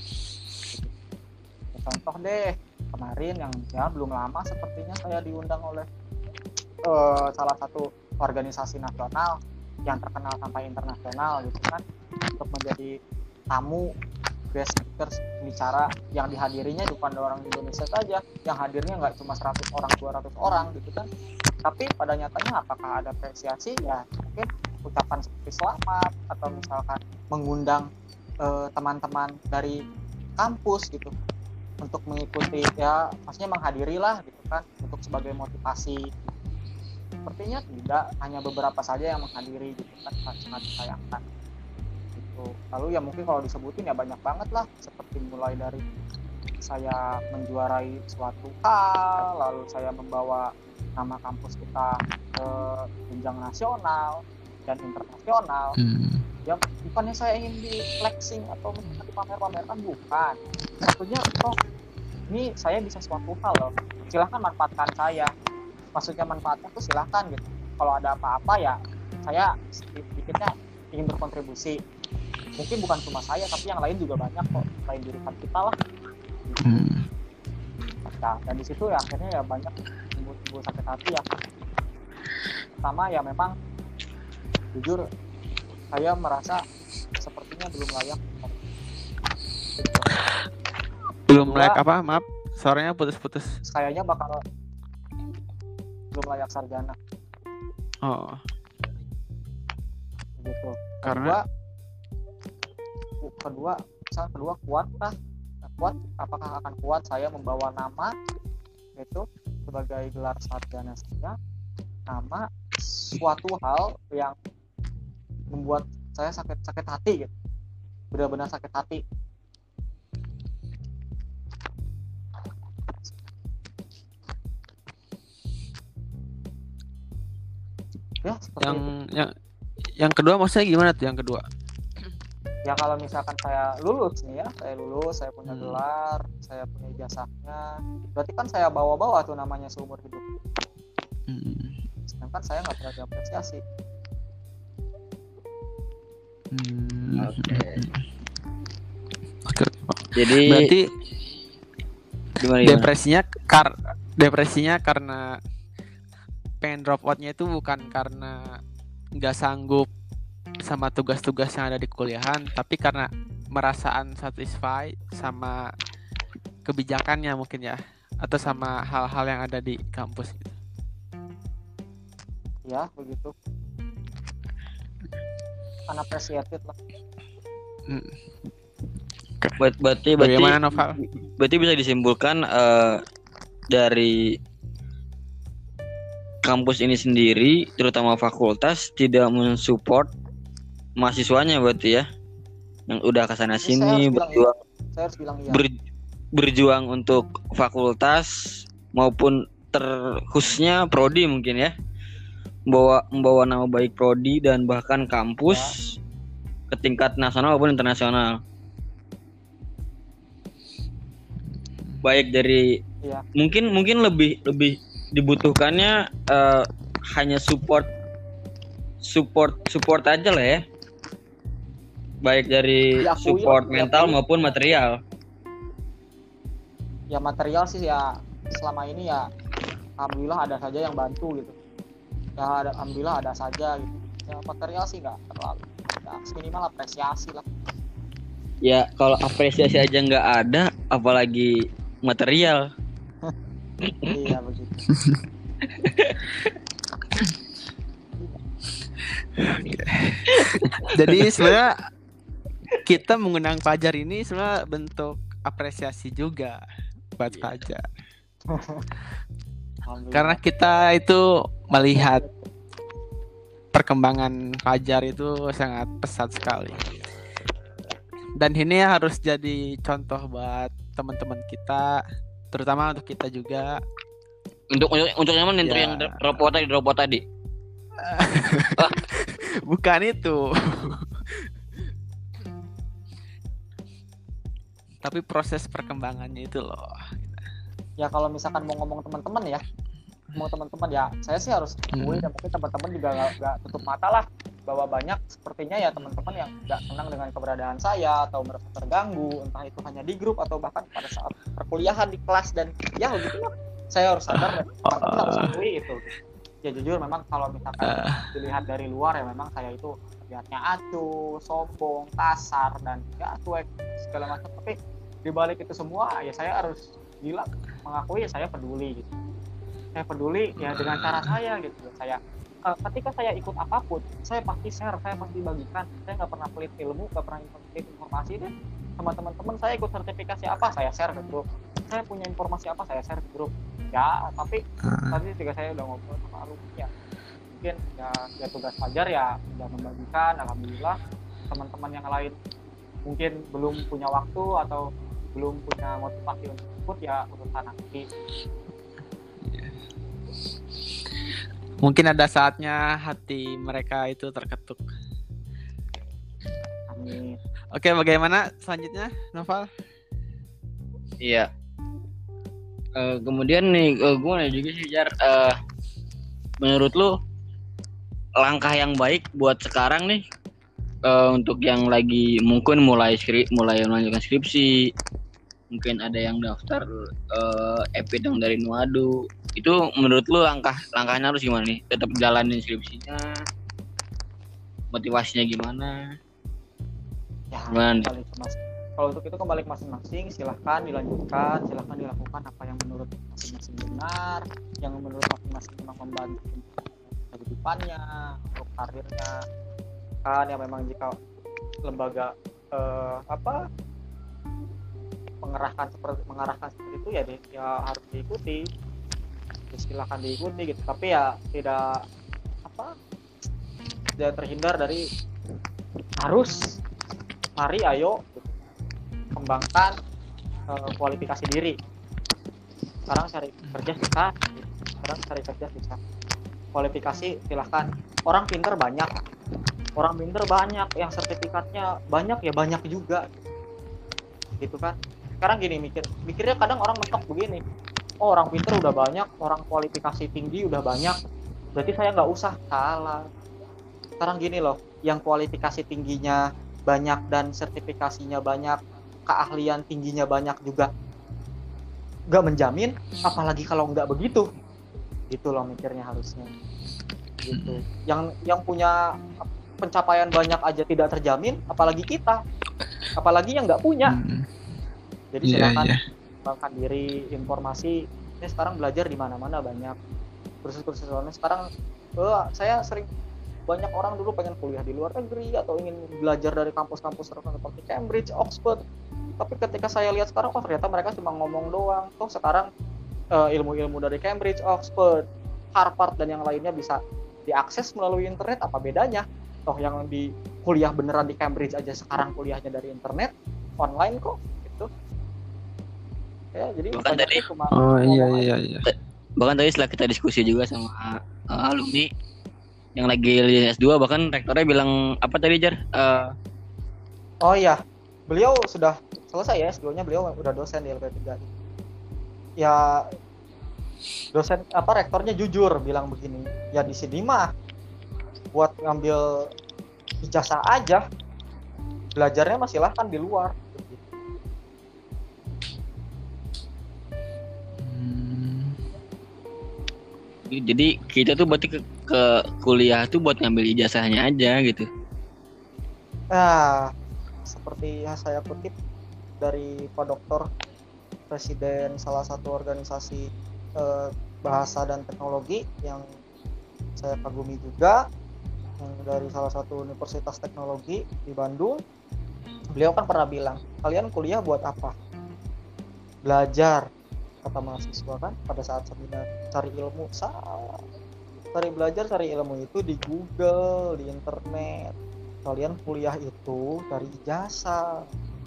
Ya, contoh deh kemarin yang ya belum lama sepertinya saya diundang oleh salah satu organisasi nasional yang terkenal sampai internasional gitu kan, untuk menjadi tamu guest speaker, bicara yang dihadirinya bukan orang Indonesia saja, yang hadirnya nggak cuma 100 orang 200 orang gitu kan, tapi pada nyatanya apakah ada apresiasi? Ya mungkin ucapan seperti selamat, atau misalkan mengundang teman-teman dari kampus gitu untuk mengikuti, ya maksudnya menghadiri lah gitu kan, untuk sebagai motivasi. Sepertinya tidak, hanya beberapa saja yang menghadiri gitu kan, sangat disayangkan gitu. Lalu ya mungkin kalau disebutin ya banyak banget lah, seperti mulai dari saya menjuarai suatu hal, lalu saya membawa nama kampus kita ke jenjang nasional dan internasional. Ya bukannya saya ingin di flexing atau dipamer-pamerkan, bukan. Maksudnya toh ini saya bisa suatu hal loh, silahkan manfaatkan saya. Maksudnya manfaatnya tuh silahkan gitu. Kalau ada apa-apa ya saya sedikitnya ingin berkontribusi. Mungkin bukan cuma saya, tapi yang lain juga banyak kok, selain jurusan kita lah. Nah, dan di situ ya akhirnya ya banyak timbul sakit hati ya. Pertama ya memang jujur saya merasa sepertinya belum layak. Gitu. Belum layak apa? Maaf, suaranya putus-putus. Kayaknya bakal belum layak sarjana. Oh. Gitu. Karena kedua kuat lah. Kuat, apakah akan kuat saya membawa nama itu sebagai gelar sarjana saya, nama suatu hal yang membuat saya sakit hati gitu, benar-benar sakit hati. Ya seperti yang kedua maksudnya gimana tuh yang kedua? Ya kalau misalkan saya lulus nih ya, saya punya gelar, saya punya ijazahnya, berarti kan saya bawa-bawa tuh namanya seumur hidup. Sedangkan saya nggak pernah diapresiasi. Oke. Jadi berarti gimana? Depresinya karena pengen drop out-nya itu bukan karena nggak sanggup sama tugas-tugas yang ada di kuliahan, tapi karena merasa unsatisfied sama kebijakannya mungkin ya, atau sama hal-hal yang ada di kampus gitu. Ya begitu, unappreciated lah. Berarti bagaimana Noval? Berarti bisa disimpulkan dari kampus ini sendiri, terutama fakultas, tidak mensupport mahasiswanya berarti ya, yang udah kesana sini berjuang untuk fakultas maupun terkhususnya prodi mungkin ya, membawa nama baik prodi dan bahkan kampus ke tingkat nasional maupun internasional. Baik dari mungkin lebih dibutuhkannya hanya support aja lah ya, baik dari support mental maupun material. Ya material sih ya selama ini ya alhamdulillah ada saja yang bantu gitu ya, alhamdulillah ada saja gitu ya. Material sih nggak terlalu ya, minimal apresiasi lah ya. Kalau apresiasi aja nggak ada, apalagi material. Iya begitu. Jadi sebenarnya kita mengundang Fajar ini sebenarnya bentuk apresiasi juga buat Fajar. Karena kita itu melihat perkembangan Fajar itu sangat pesat sekali. Dan ini harus jadi contoh buat teman-teman kita, terutama untuk kita juga. Untuk yang mana? Untuk Ya. yang robot tadi. Bukan itu. Tapi proses perkembangannya itu loh. Ya kalau misalkan mau ngomong teman-teman ya, saya sih harus akui dan mungkin teman-teman juga nggak tutup mata lah bahwa banyak sepertinya ya teman-teman yang nggak senang dengan keberadaan saya atau merasa terganggu, entah itu hanya di grup atau bahkan pada saat perkuliahan di kelas, dan ya begitulah. Saya harus sadar dan teman-teman harus akui itu. Ya jujur memang kalau misalkan dilihat dari luar ya memang saya itu lihatnya acuh, sombong, kasar, dan ya cuek segala macam. Tapi dibalik itu semua ya saya harus bilang mengakui ya saya peduli gitu. Saya peduli ya dengan cara saya gitu. Saya ketika saya ikut apapun, saya pasti share, saya pasti bagikan. Saya nggak pernah pelit ilmu, nggak pernah pelit informasi deh. Sama teman-teman saya ikut sertifikasi apa, saya share ke grup. Saya punya informasi apa, saya share ke grup. Ya, tapi tadi ketika saya udah ngobrol sama alumni ya, mungkin ya tugas Fajar ya udah membagikan. Alhamdulillah teman-teman yang lain mungkin belum punya waktu atau belum punya motivasi untuk ikut, ya urusan nanti. Mungkin ada saatnya hati mereka itu terketuk. Amin. Oke, bagaimana selanjutnya, Noval? Iya. Kemudian nih, gue nanya juga sih, Jar. Menurut lu langkah yang baik buat sekarang nih, untuk yang lagi mungkin mulai melanjutkan skripsi, mungkin ada yang daftar EPIT yang dari Nuadu, itu menurut lu langkahnya harus gimana nih? Tetap jalanin skripsinya, motivasinya gimana? Ya, Gimana? Kalau untuk itu kembali ke masing-masing, silahkan dilanjutkan, silahkan dilakukan apa yang menurut masing-masing benar, yang menurut masing-masing memang membantu kehidupannya, untuk karirnya. Kan ya memang jika lembaga mengarahkan seperti itu ya harus diikuti. Silahkan diikuti gitu, tapi ya tidak terhindar dari harus mari ayo kembangkan kualifikasi diri. Sekarang cari kerja susah, kualifikasi silahkan. Orang pinter banyak, yang sertifikatnya banyak ya banyak juga gitu kan. Sekarang gini, mikirnya kadang orang mentok begini, oh orang pinter udah banyak, orang kualifikasi tinggi udah banyak, berarti saya nggak usah. Salah. Sekarang gini loh, yang kualifikasi tingginya banyak dan sertifikasinya banyak, keahlian tingginya banyak juga nggak menjamin, apalagi kalau nggak begitu. Gitu loh mikirnya harusnya. Gitu. Yang punya pencapaian banyak aja tidak terjamin, apalagi kita, apalagi yang nggak punya. Jadi silakan kembangkan diri, informasi. Ini sekarang belajar di mana-mana banyak. Kursus-kursus online sekarang, saya sering banyak orang dulu pengen kuliah di luar negeri atau ingin belajar dari kampus-kampus terkenal seperti Cambridge, Oxford. Tapi ketika saya lihat sekarang, ternyata mereka cuma ngomong doang. Toh sekarang ilmu-ilmu dari Cambridge, Oxford, Harvard dan yang lainnya bisa diakses melalui internet. Apa bedanya? Toh yang di kuliah beneran di Cambridge aja sekarang kuliahnya dari internet, online kok, gitu. Ya, jadi Bahkan tadi, cuma iya. Bahkan tadi setelah kita diskusi juga sama alumni yang lagi S2, bahkan rektornya bilang apa tadi, Jar? Oh iya, beliau sudah selesai ya S2-nya, beliau udah dosen di LP3. Ya dosen rektornya jujur bilang begini, ya di sini mah buat ngambil ijazah aja, belajarnya mah silahkan di luar. Jadi kita tuh berarti ke kuliah tuh buat ngambil ijazahnya aja gitu. Seperti yang saya kutip dari Pak Doktor, Presiden salah satu organisasi bahasa dan teknologi yang saya kagumi juga, yang dari salah satu universitas teknologi di Bandung. Beliau kan pernah bilang, kalian kuliah buat apa? Belajar, kata mahasiswa kan pada saat seminar. Cari ilmu, salah. Cari belajar, cari ilmu itu di Google, di internet. Kalian kuliah itu cari ijazah.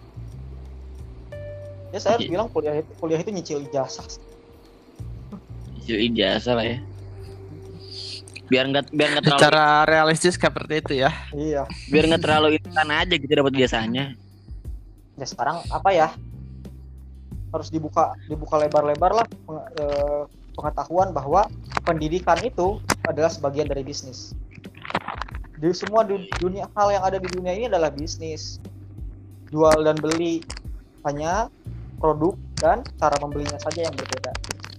Ya saya harus bilang kuliah itu nyicil ijazah. Nyicil ijazah lah ya. Biar nggak terlalu. Secara realistis seperti itu ya. Iya. Biar nggak terlalu instan aja gitu dapat ijazahnya. Ya sekarang apa ya? Harus dibuka lebar-lebar lah pengetahuan bahwa pendidikan itu adalah sebagian dari bisnis. Di semua dunia, hal yang ada di dunia ini adalah bisnis. Jual dan beli, hanya produk dan cara membelinya saja yang berbeda.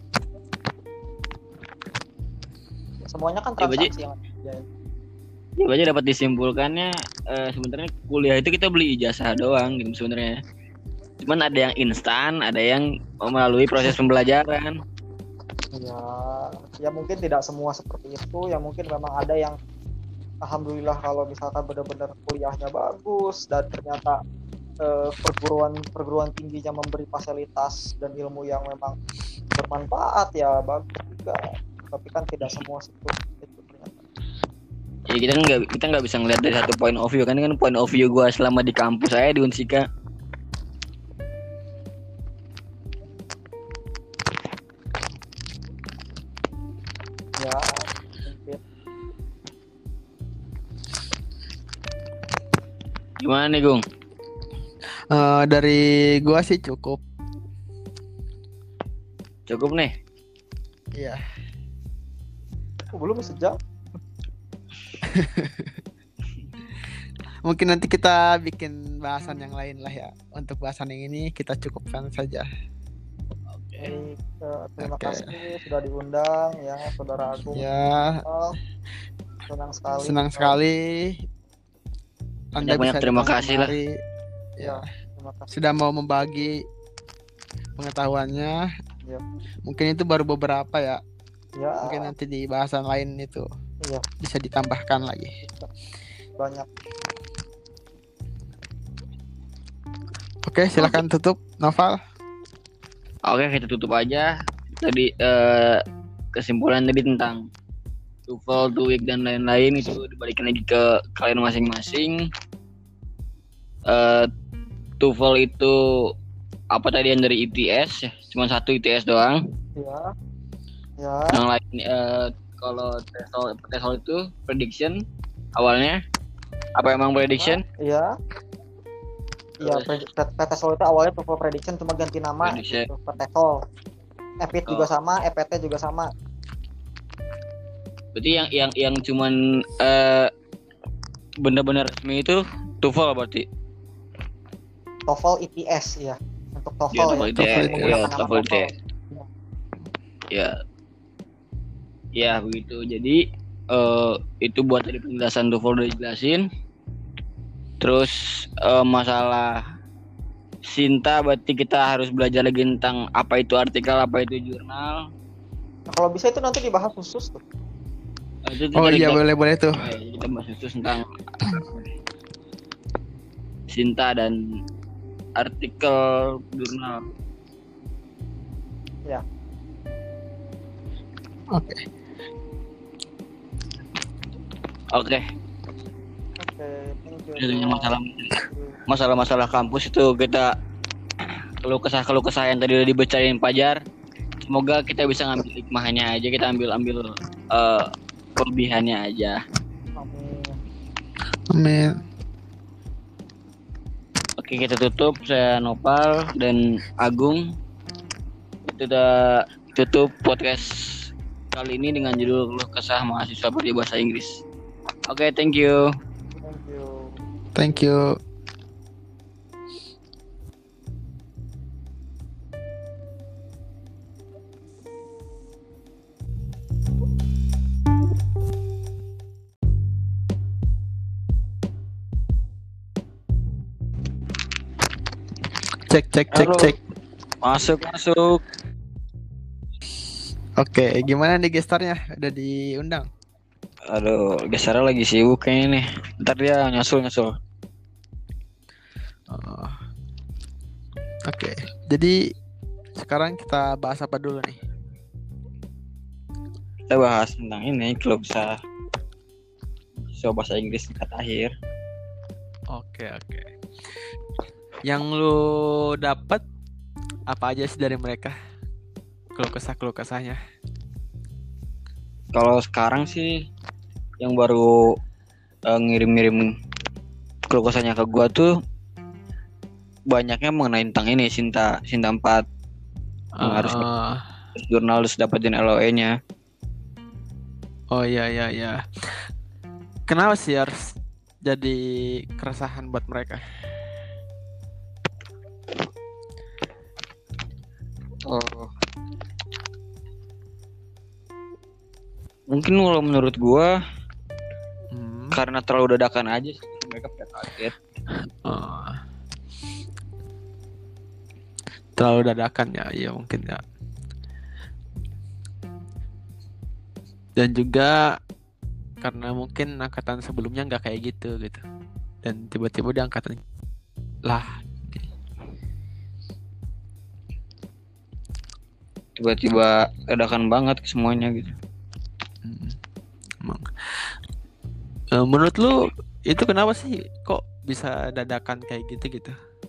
Semuanya kan transaksi yang ada. Ya baca dapat disimpulkannya sebenarnya kuliah itu kita beli ijazah doang gitu sebenarnya. Cuman ada yang instan, ada yang melalui proses pembelajaran. Ya mungkin tidak semua seperti itu. Ya mungkin memang ada yang alhamdulillah kalau misalkan benar-benar kuliahnya bagus dan ternyata perguruan tingginya memberi fasilitas dan ilmu yang memang bermanfaat, ya bagus juga. Tapi kan tidak semua seperti itu ternyata. Jadi kita nggak bisa ngeliat dari satu point of view kan point of view gue selama di kampus saya di Unsika. Ya mungkin. Gimana nih Gung? Dari gua sih cukup. Cukup nih. Iya. Belum sejam. Mungkin nanti kita bikin bahasan yang lain lah ya. Untuk bahasan yang ini kita cukupkan saja. Baik, terima kasih sudah diundang ya Saudara Agung. Ya. Senang sekali. Anda banyak terima kasih lah. Ya. Terima kasih. Sudah mau membagi pengetahuannya. Ya. Mungkin itu baru beberapa ya. Ya. Mungkin nanti di bahasan lain itu bisa ditambahkan lagi. Banyak. Oke, silakan tutup, Noval. Oke, kita tutup aja. Tadi kesimpulan tadi tentang TOEFL, TOEIC dan lain-lain itu dibalikin lagi ke kalian masing-masing. TOEFL itu apa tadi yang dari ITS ya? Cuma satu ITS doang. Ya. Yang lain kalau TESOL itu prediction awalnya. Apa emang prediction? Iya. Iya, TESOL itu awalnya TOEFL prediction cuma ganti nama gitu, ke TESOL. EPIT juga sama, EPT juga sama. Berarti yang cuman benar-benar resmi itu TOEFL berarti. TOEFL ITS ya. Untuk TOEFL TOEFL ITS. Ya begitu. Jadi itu buat tadi penjelasan TOEFL udah dijelasin. Terus masalah Sinta berarti kita harus belajar lagi tentang apa itu artikel, apa itu jurnal. Nah, kalau bisa itu nanti dibahas khusus tuh. Iya boleh tuh. Kita bahas khusus tentang Sinta dan artikel jurnal. Ya. Oke. Thank you. Jadi masalah kampus itu kita keluh kesah yang tadi udah dibacain Fajar. Semoga kita bisa ngambil hikmahnya aja, kita ambil kelebihannya aja. Amin. Oke, kita tutup. Saya Nopal dan Agung. Itu udah tutup podcast kali ini dengan judul keluh kesah mahasiswa prodi bahasa Inggris. Oke, thank you. Thank you. Cek. Masuk. Oke, gimana nih gestarnya? Udah diundang? Aduh, gesernya lagi sibuk kayaknya nih. Ntar dia nyusul. Oh, oke. Jadi sekarang kita bahas apa dulu nih? Kita bahas tentang ini, keluh kesah siswa bahasa Inggris tingkat akhir. Oke, oke. Yang lu dapat apa aja sih dari mereka? Keluh kesahnya. Kalau sekarang sih yang baru ngirim-ngirim keluh kesahnya ke gua tuh banyaknya mengenai tentang ini Sinta 4 yang harus Eh, jurnal harus dapetin LOE-nya. oh iya iya iya. Kenapa sih harus jadi keresahan buat mereka? Oh, mungkin kalau menurut gua karena terlalu dadakan aja sih mereka pada kaget. Oh, terlalu dadakan ya, iya mungkin ya. Dan juga karena mungkin angkatan sebelumnya nggak kayak gitu. Dan tiba-tiba di angkatan lah. Tiba-tiba dadakan banget ke semuanya gitu. Emang. Menurut lu itu kenapa sih kok bisa dadakan kayak gitu?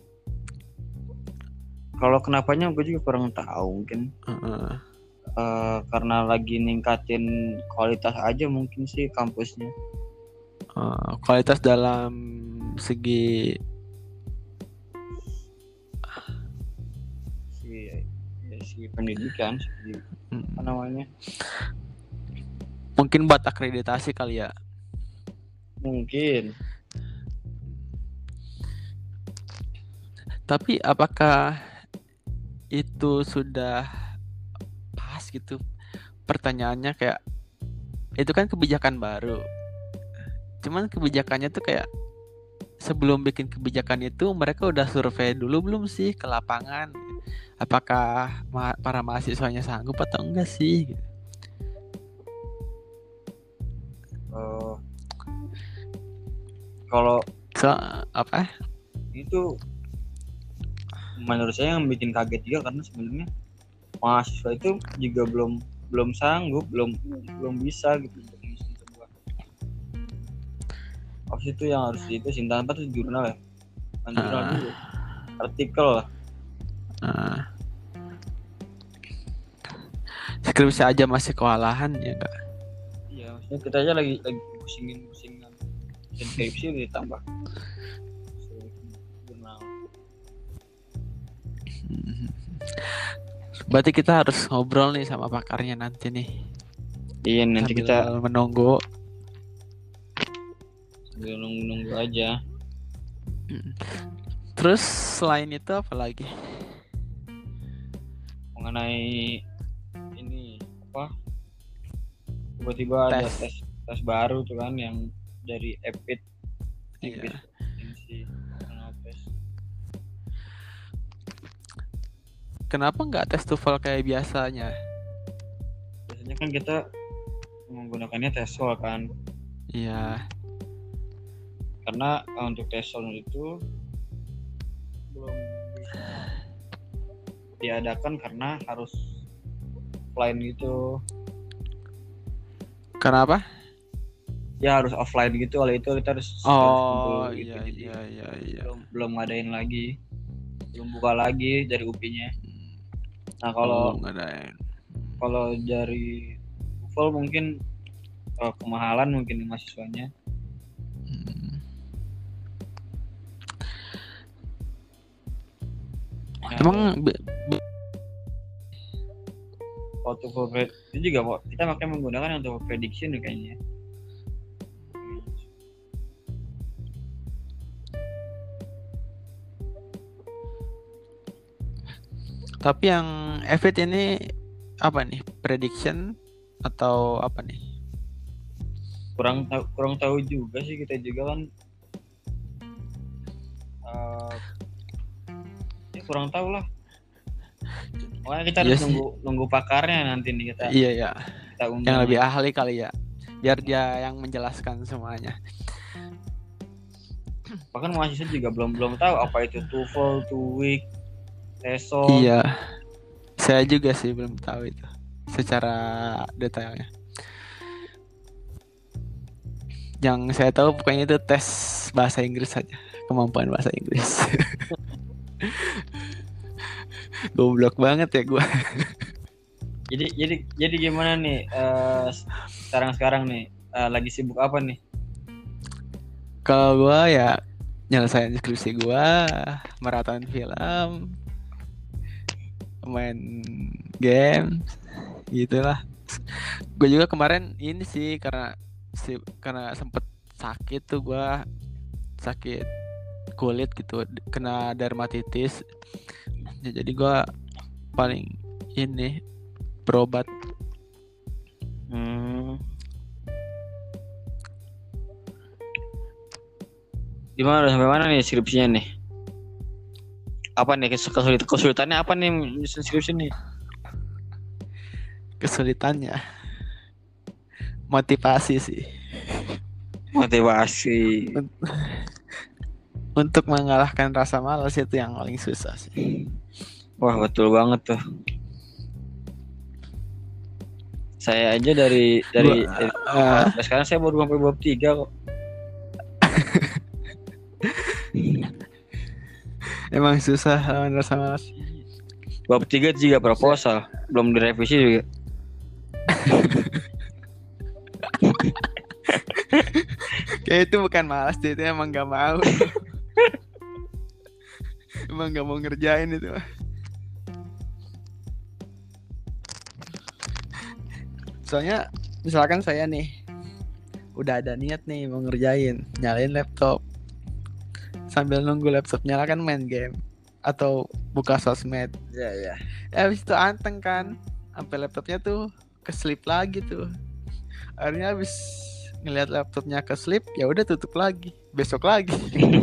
Kalau kenapanya gue juga kurang tahu, mungkin karena lagi ningkatin kualitas aja mungkin sih kampusnya. Kualitas dalam segi si pendidikan, apa namanya? Mungkin buat akreditasi kali ya. Mungkin. Tapi apakah itu sudah pas gitu? Pertanyaannya kayak itu kan kebijakan baru. Cuman kebijakannya tuh kayak sebelum bikin kebijakan itu mereka udah survei dulu belum sih ke lapangan? Apakah para mahasiswanya sanggup atau enggak sih? Gitu. Kalau apa? itu menurut saya yang bikin kaget juga karena sebenarnya mahasiswa itu juga belum sanggup, belum bisa gitu untuk ngisi sebuah. Habis itu yang harus itu Sinta 4 itu jurnal ya. Jurnal dulu. Artikel lah. Skripsi aja masih kewalahan ya enggak? Iya, maksudnya kita aja lagi pusingin skripsi ditambah jurnal. Berarti kita harus ngobrol nih sama pakarnya nanti nih. Iya, nanti sambil kita menunggu sambil nunggu aja. Terus selain itu apa lagi? Mengenai ini apa? Tiba-tiba ada tes baru tuh kan yang dari EPIT. Iya. Kenapa nggak tes TOEFL kayak biasanya? Biasanya kan kita menggunakannya TESOL kan. Iya. Karena untuk TESOL itu belum bisa diadakan karena harus offline gitu. Kenapa? Ya harus offline gitu, oleh itu kita harus Oh gitu. Iya. Belum ngadain lagi, belum buka lagi dari UPI-nya. Nah kalau dari TOEFL mungkin kemahalan mungkin mahasiswanya. Emang TOEFL itu juga kok kita makanya menggunakan untuk prediction kayaknya. Tapi yang EVIT ini apa nih? Prediction atau apa nih? Kurang tahu juga sih, kita juga kan ya kurang tahu lah. Makanya kita Iya harus sih. nunggu pakarnya nanti nih kita Iya ya, yang undang. lebih ahli kali ya, biar dia yang menjelaskan semuanya. Bahkan mahasiswa juga belum tahu apa itu TOEFL, TOEIC, TESOL. Iya, saya juga sih belum tahu itu secara detailnya. Yang saya tahu pokoknya itu tes bahasa Inggris saja, kemampuan bahasa Inggris. Goblok banget ya gue. Jadi gimana nih sekarang nih lagi sibuk apa nih? Kalau gue ya nyelesain skripsi gue, maraton film, main game, gitulah. Gue juga kemarin ini sih karena sempet sakit tuh, gue sakit kulit gitu, kena dermatitis. Ya, jadi gue paling ini berobat. Gimana sampai mana nih skripsinya nih? Apa nih kesulitannya apa nih nyusun skripsi nih? Kesulitannya motivasi sih, Motivasi. untuk mengalahkan rasa malas itu yang paling susah sih. Wah, betul banget tuh. Saya aja dari sekarang saya baru sampai bab 3 kok. Emang susah lawan rasa malas. Bab 3 juga proposal, belum direvisi juga. Kayak itu bukan malas, itu emang gak mau. Emang gak mau ngerjain itu. Soalnya misalkan saya nih udah ada niat nih mau ngerjain, nyalain laptop, sambil nunggu laptop nyala kan main game atau buka sosmed. Ya. Habis itu anteng kan, sampai laptopnya tuh keselip lagi tuh. Akhirnya habis ngeliat laptopnya keselip, ya udah tutup lagi, besok lagi.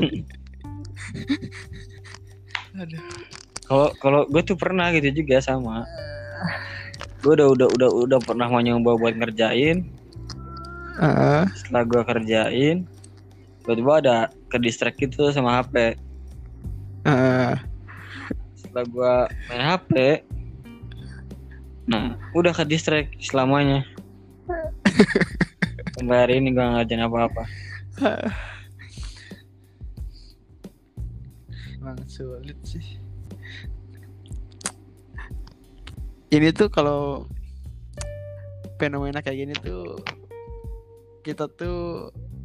Aduh. Kalau gue tuh pernah gitu juga sama. Gue udah pernah mau nyoba buat ngerjain. Setelah gue kerjain, tiba-tiba ada ke distract gitu sama HP. Setelah gue main HP, nah udah ke distract selamanya. Sampai hari ini gue ngerjain apa-apa. Emang sulit sih. Ini tuh kalau fenomena kayak gini tuh kita tuh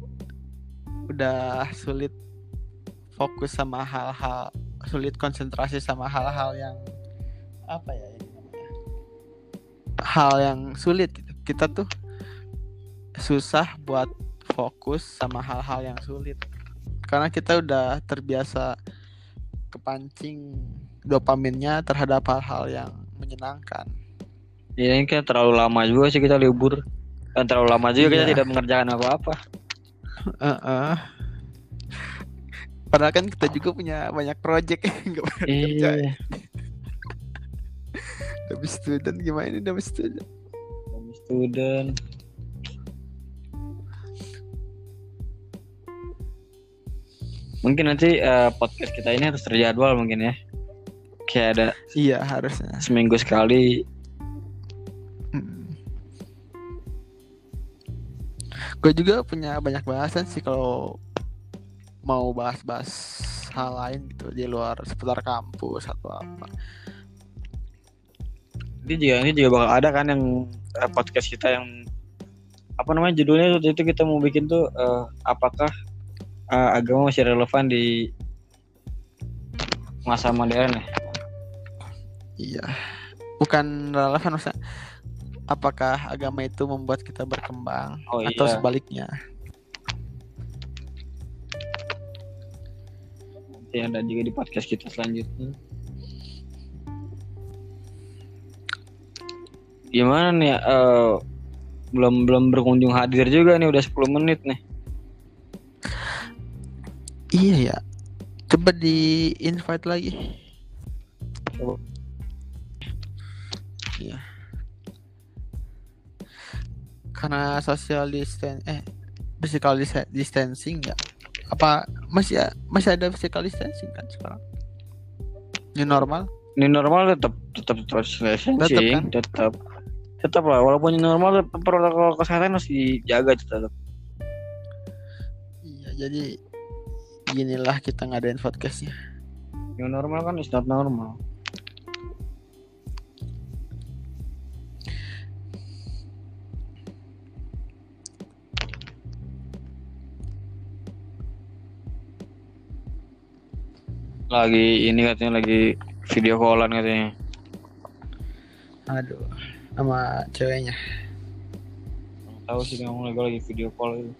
udah sulit fokus sama hal-hal, sulit konsentrasi sama hal-hal yang apa ya ini namanya, hal yang sulit gitu. Kita tuh susah buat fokus sama hal-hal yang sulit karena kita udah terbiasa kepancing dopaminnya terhadap hal-hal yang menyenangkan. Ya ini kan terlalu lama juga sih kita libur. Dan terlalu lama juga kita Iya. tidak mengerjakan apa-apa. Padahal kan kita juga punya banyak project nggak pernah kerjain. Tapi student gimana ini, tapi student. Mungkin nanti podcast kita ini harus terjadwal mungkin ya. Kayak ada. Iya harusnya. Seminggu sekali. Gue juga punya banyak bahasan sih kalau mau bahas-bahas hal lain gitu di luar seputar kampus atau apa. Ini juga bakal ada kan yang podcast kita yang apa namanya judulnya itu kita mau bikin tuh apakah agama masih relevan di masa modern ya? Iya. Bukan relevan, maksudnya apakah agama itu membuat kita berkembang atau sebaliknya? Nanti ada juga di podcast kita selanjutnya. Gimana nih belum berkunjung hadir juga nih, udah 10 menit nih. Iya ya. Coba di invite lagi. Iya. Karena physical distancing ya. Apa masih ada physical distancing kan sekarang? New normal? Ini normal tetap distancing, kan? tetap lah. Walaupun ini normal, tetap protokol kesehatan harus dijaga tetap. Iya, jadi ginilah kita ngadain podcastnya. Yang normal kan is not normal. Lagi ini katanya lagi video callan katanya. Aduh, sama ceweknya. Tahu sih kamu lagi video call itu.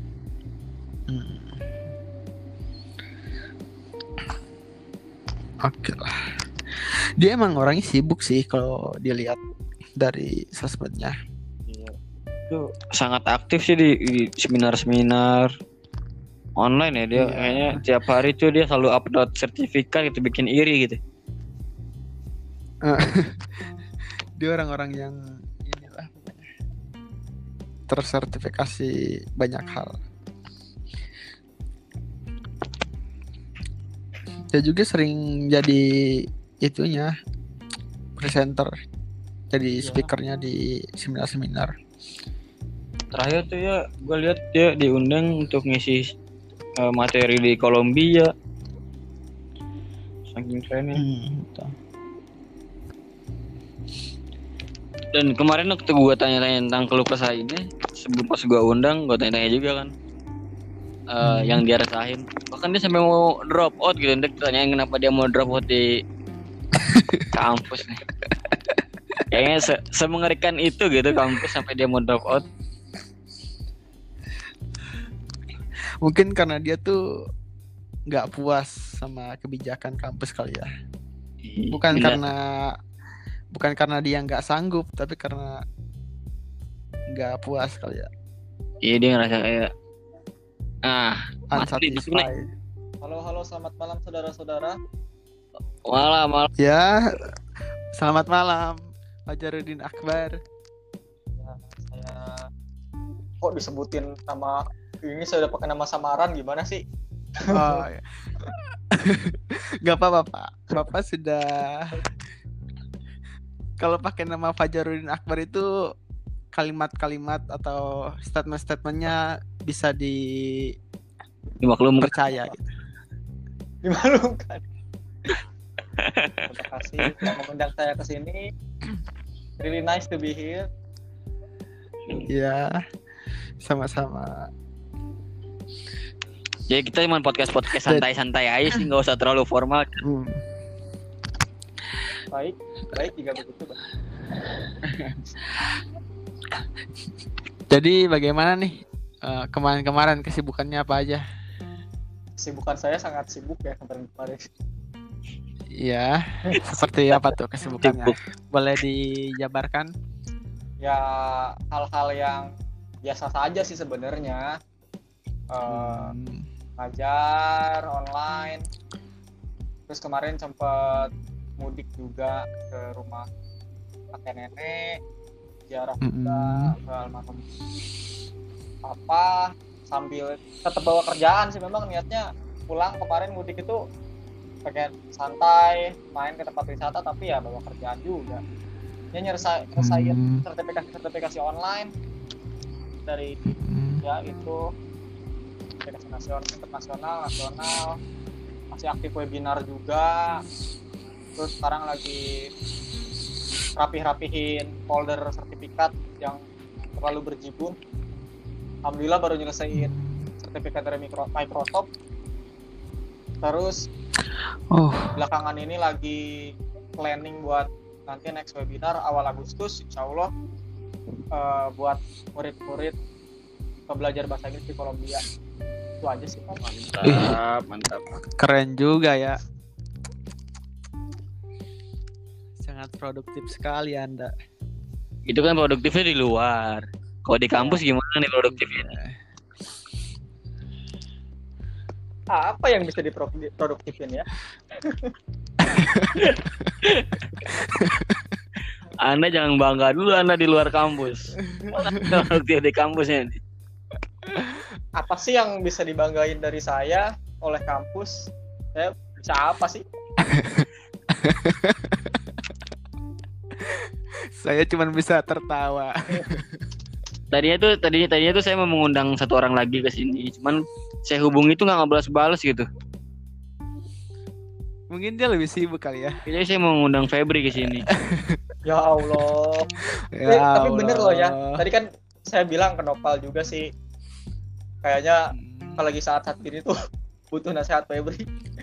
Oke lah. Dia emang orangnya sibuk sih kalau dilihat dari sosmednya. Iya. Itu sangat aktif sih di seminar-seminar online ya dia. Iya. Kayaknya tiap hari tuh dia selalu upload sertifikat gitu, bikin iri gitu. Dia orang-orang yang inilah tersertifikasi banyak hal. Dia juga sering jadi itunya presenter, jadi speakernya di seminar-seminar. Terakhir tuh ya gue lihat dia diundang untuk ngisi materi di Kolombia. Saking kerennya. Dan kemarin waktu gue tanya-tanya tentang keluh kesah ini, sebelum pas gue undang, gue tanya-tanya juga kan yang dia rasain. Bahkan dia sampai mau drop out gitu. Untuk tanyain kenapa dia mau drop out di kampus nih. Kayaknya semengerikan itu gitu kampus sampai dia mau drop out. Mungkin karena dia tuh nggak puas sama kebijakan kampus kali ya. Bukan karena dia nggak sanggup, tapi karena nggak puas kali ya. Iya, dia ngerasa kayak unsatisfied. Halo, selamat malam saudara-saudara. Malam. Ya, selamat malam, Fajaruddin Akbar. Ya, saya kok disebutin nama ini, saya udah pakai nama samaran, gimana sih? Oh, ya. Gak apa-apa, Pak. Bapak sudah, kalau pakai nama Fajaruddin Akbar itu kalimat-kalimat atau statement-statementnya bisa dimaklumkan, percaya gitu. Dimaklumkan. Terima kasih telah mengundang saya ke sini. Really nice to be here. Ya, sama-sama. Jadi kita cuma podcast santai-santai aja sih, nggak usah terlalu formal. Baik jika begitu, Bang. Jadi bagaimana nih kemarin kesibukannya apa aja? Kesibukan saya sangat sibuk ya kemarin. Iya, seperti apa tuh kesibukannya? Boleh dijabarkan? Ya hal-hal yang biasa saja sih sebenarnya. Ngajar online. Terus kemarin sempat mudik juga ke rumah kakek nenek, ziarah juga ke almarhum papa, sambil tetap bawa kerjaan sih. Memang niatnya pulang kemarin mudik itu pengen santai, main ke tempat wisata, tapi ya bawa kerjaan juga. Dia nyelesain sertifikasi online dari ya itu sertifikasi nasional, internasional, masih aktif webinar juga. Terus sekarang lagi rapihin folder sertifikat yang terlalu berjibun. Alhamdulillah baru nyelesain sertifikat dari Microsoft. Terus belakangan ini lagi planning buat nanti next webinar awal Agustus, insya Allah buat murid-murid belajar bahasa Inggris di Kolombia. Itu aja sih, Pak. Mantap. Keren juga ya. Sangat produktif sekali Anda. Itu kan produktifnya di luar. Kalau di kampus gimana nih produktifnya? Apa yang bisa diproduktifin ya? Anda jangan bangga dulu Anda di luar kampus. Mana aktif di kampusnya nih. Apa sih yang bisa dibanggain dari saya oleh kampus? Saya bisa apa sih? Saya cuma bisa tertawa. Tadinya tuh saya mau mengundang satu orang lagi ke sini, cuman saya hubungi tuh nggak balas-balas gitu. Mungkin dia lebih sibuk kali ya. Jadi saya mau mengundang Febri ke sini. Ya Allah. Tapi bener loh ya. Tadi kan saya bilang ke Nopal juga sih. Kayaknya kalau lagi saat-saat ini tuh butuh nasihat Febri.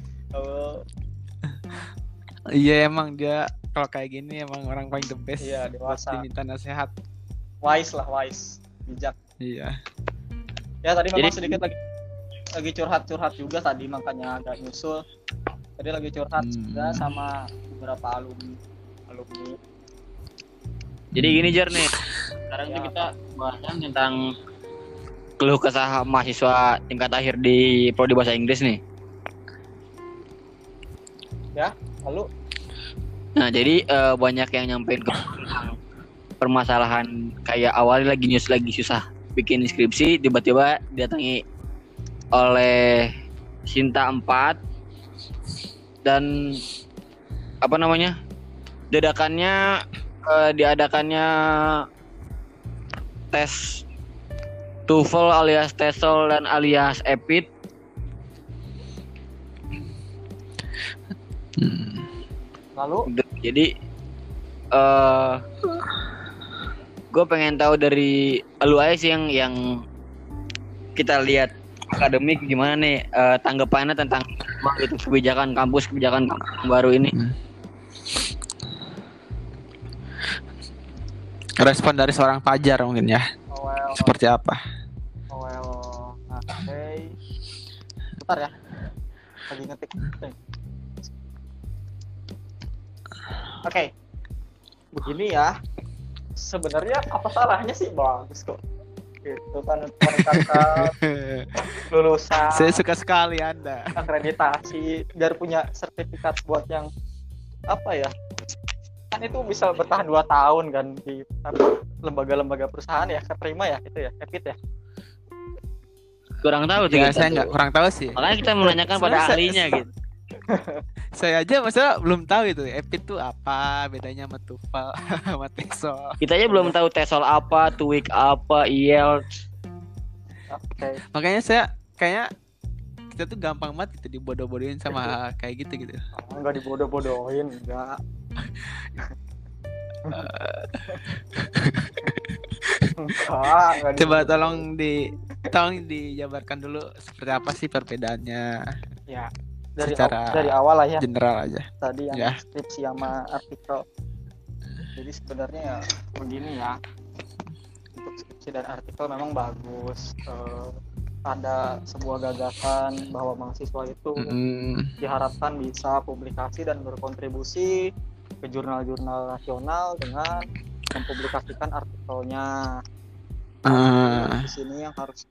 Iya emang dia kalau kayak gini emang orang paling the best. Iya, dewasa. Diminta nasihat. Wise, bijak. Iya. Ya tadi memang sedikit lagi curhat juga tadi, makanya agak nyusul. Tadi lagi curhat juga sama beberapa alumni. Jadi gini Jar nih. Sekarang tuh kita bahasan tentang keluh kesah mahasiswa tingkat akhir di prodi bahasa Inggris nih. Ya, lalu Nah, jadi banyak yang nyampein ke permasalahan kayak awalnya lagi susah bikin skripsi, tiba-tiba didatangi oleh Sinta 4 dan apa namanya? Diadakannya tes TOEFL alias TESOL dan alias EPIT. lalu Jadi gue pengen tahu dari lu aja sih yang kita lihat akademik gimana nih tanggapannya tentang itu kebijakan kampus baru ini. Respon dari seorang Fajar mungkin ya. Seperti apa? Bentar ya. Lagi ngetik. Oke. Begini ya. Sebenarnya apa salahnya sih, bagus kok. Gitu kan perkara lulusan. Saya suka sekali Anda. Akreditasi biar punya sertifikat buat yang apa ya? Kan itu bisa bertahan 2 tahun kan di lembaga-lembaga perusahaan ya, keterima ya itu ya, EPIT ya. Kurang tahu sih. Ya, saya nggak kurang tahu sih. Makanya kita menanyakan pada ahlinya gitu. Saya aja masalah belum tahu itu EPIT itu apa, bedanya sama TOEFL sama TESOL. Kita aja belum tahu TESOL apa, TOEIC apa, IELTS. Oke. Makanya saya kayaknya kita tuh gampang banget gitu dibodoh-bodohin sama kayak gitu. Enggak dibodoh-bodohin, enggak. Coba tolong dijabarkan dulu seperti apa sih perbedaannya. Ya. Dari awal lah ya. General aja. Tadi yang skripsi sama artikel. Jadi sebenarnya ya begini ya. Untuk skripsi dan artikel memang bagus. Ada sebuah gagasan bahwa mahasiswa itu diharapkan bisa publikasi dan berkontribusi ke jurnal-jurnal nasional dengan mempublikasikan artikelnya. Di sini yang harus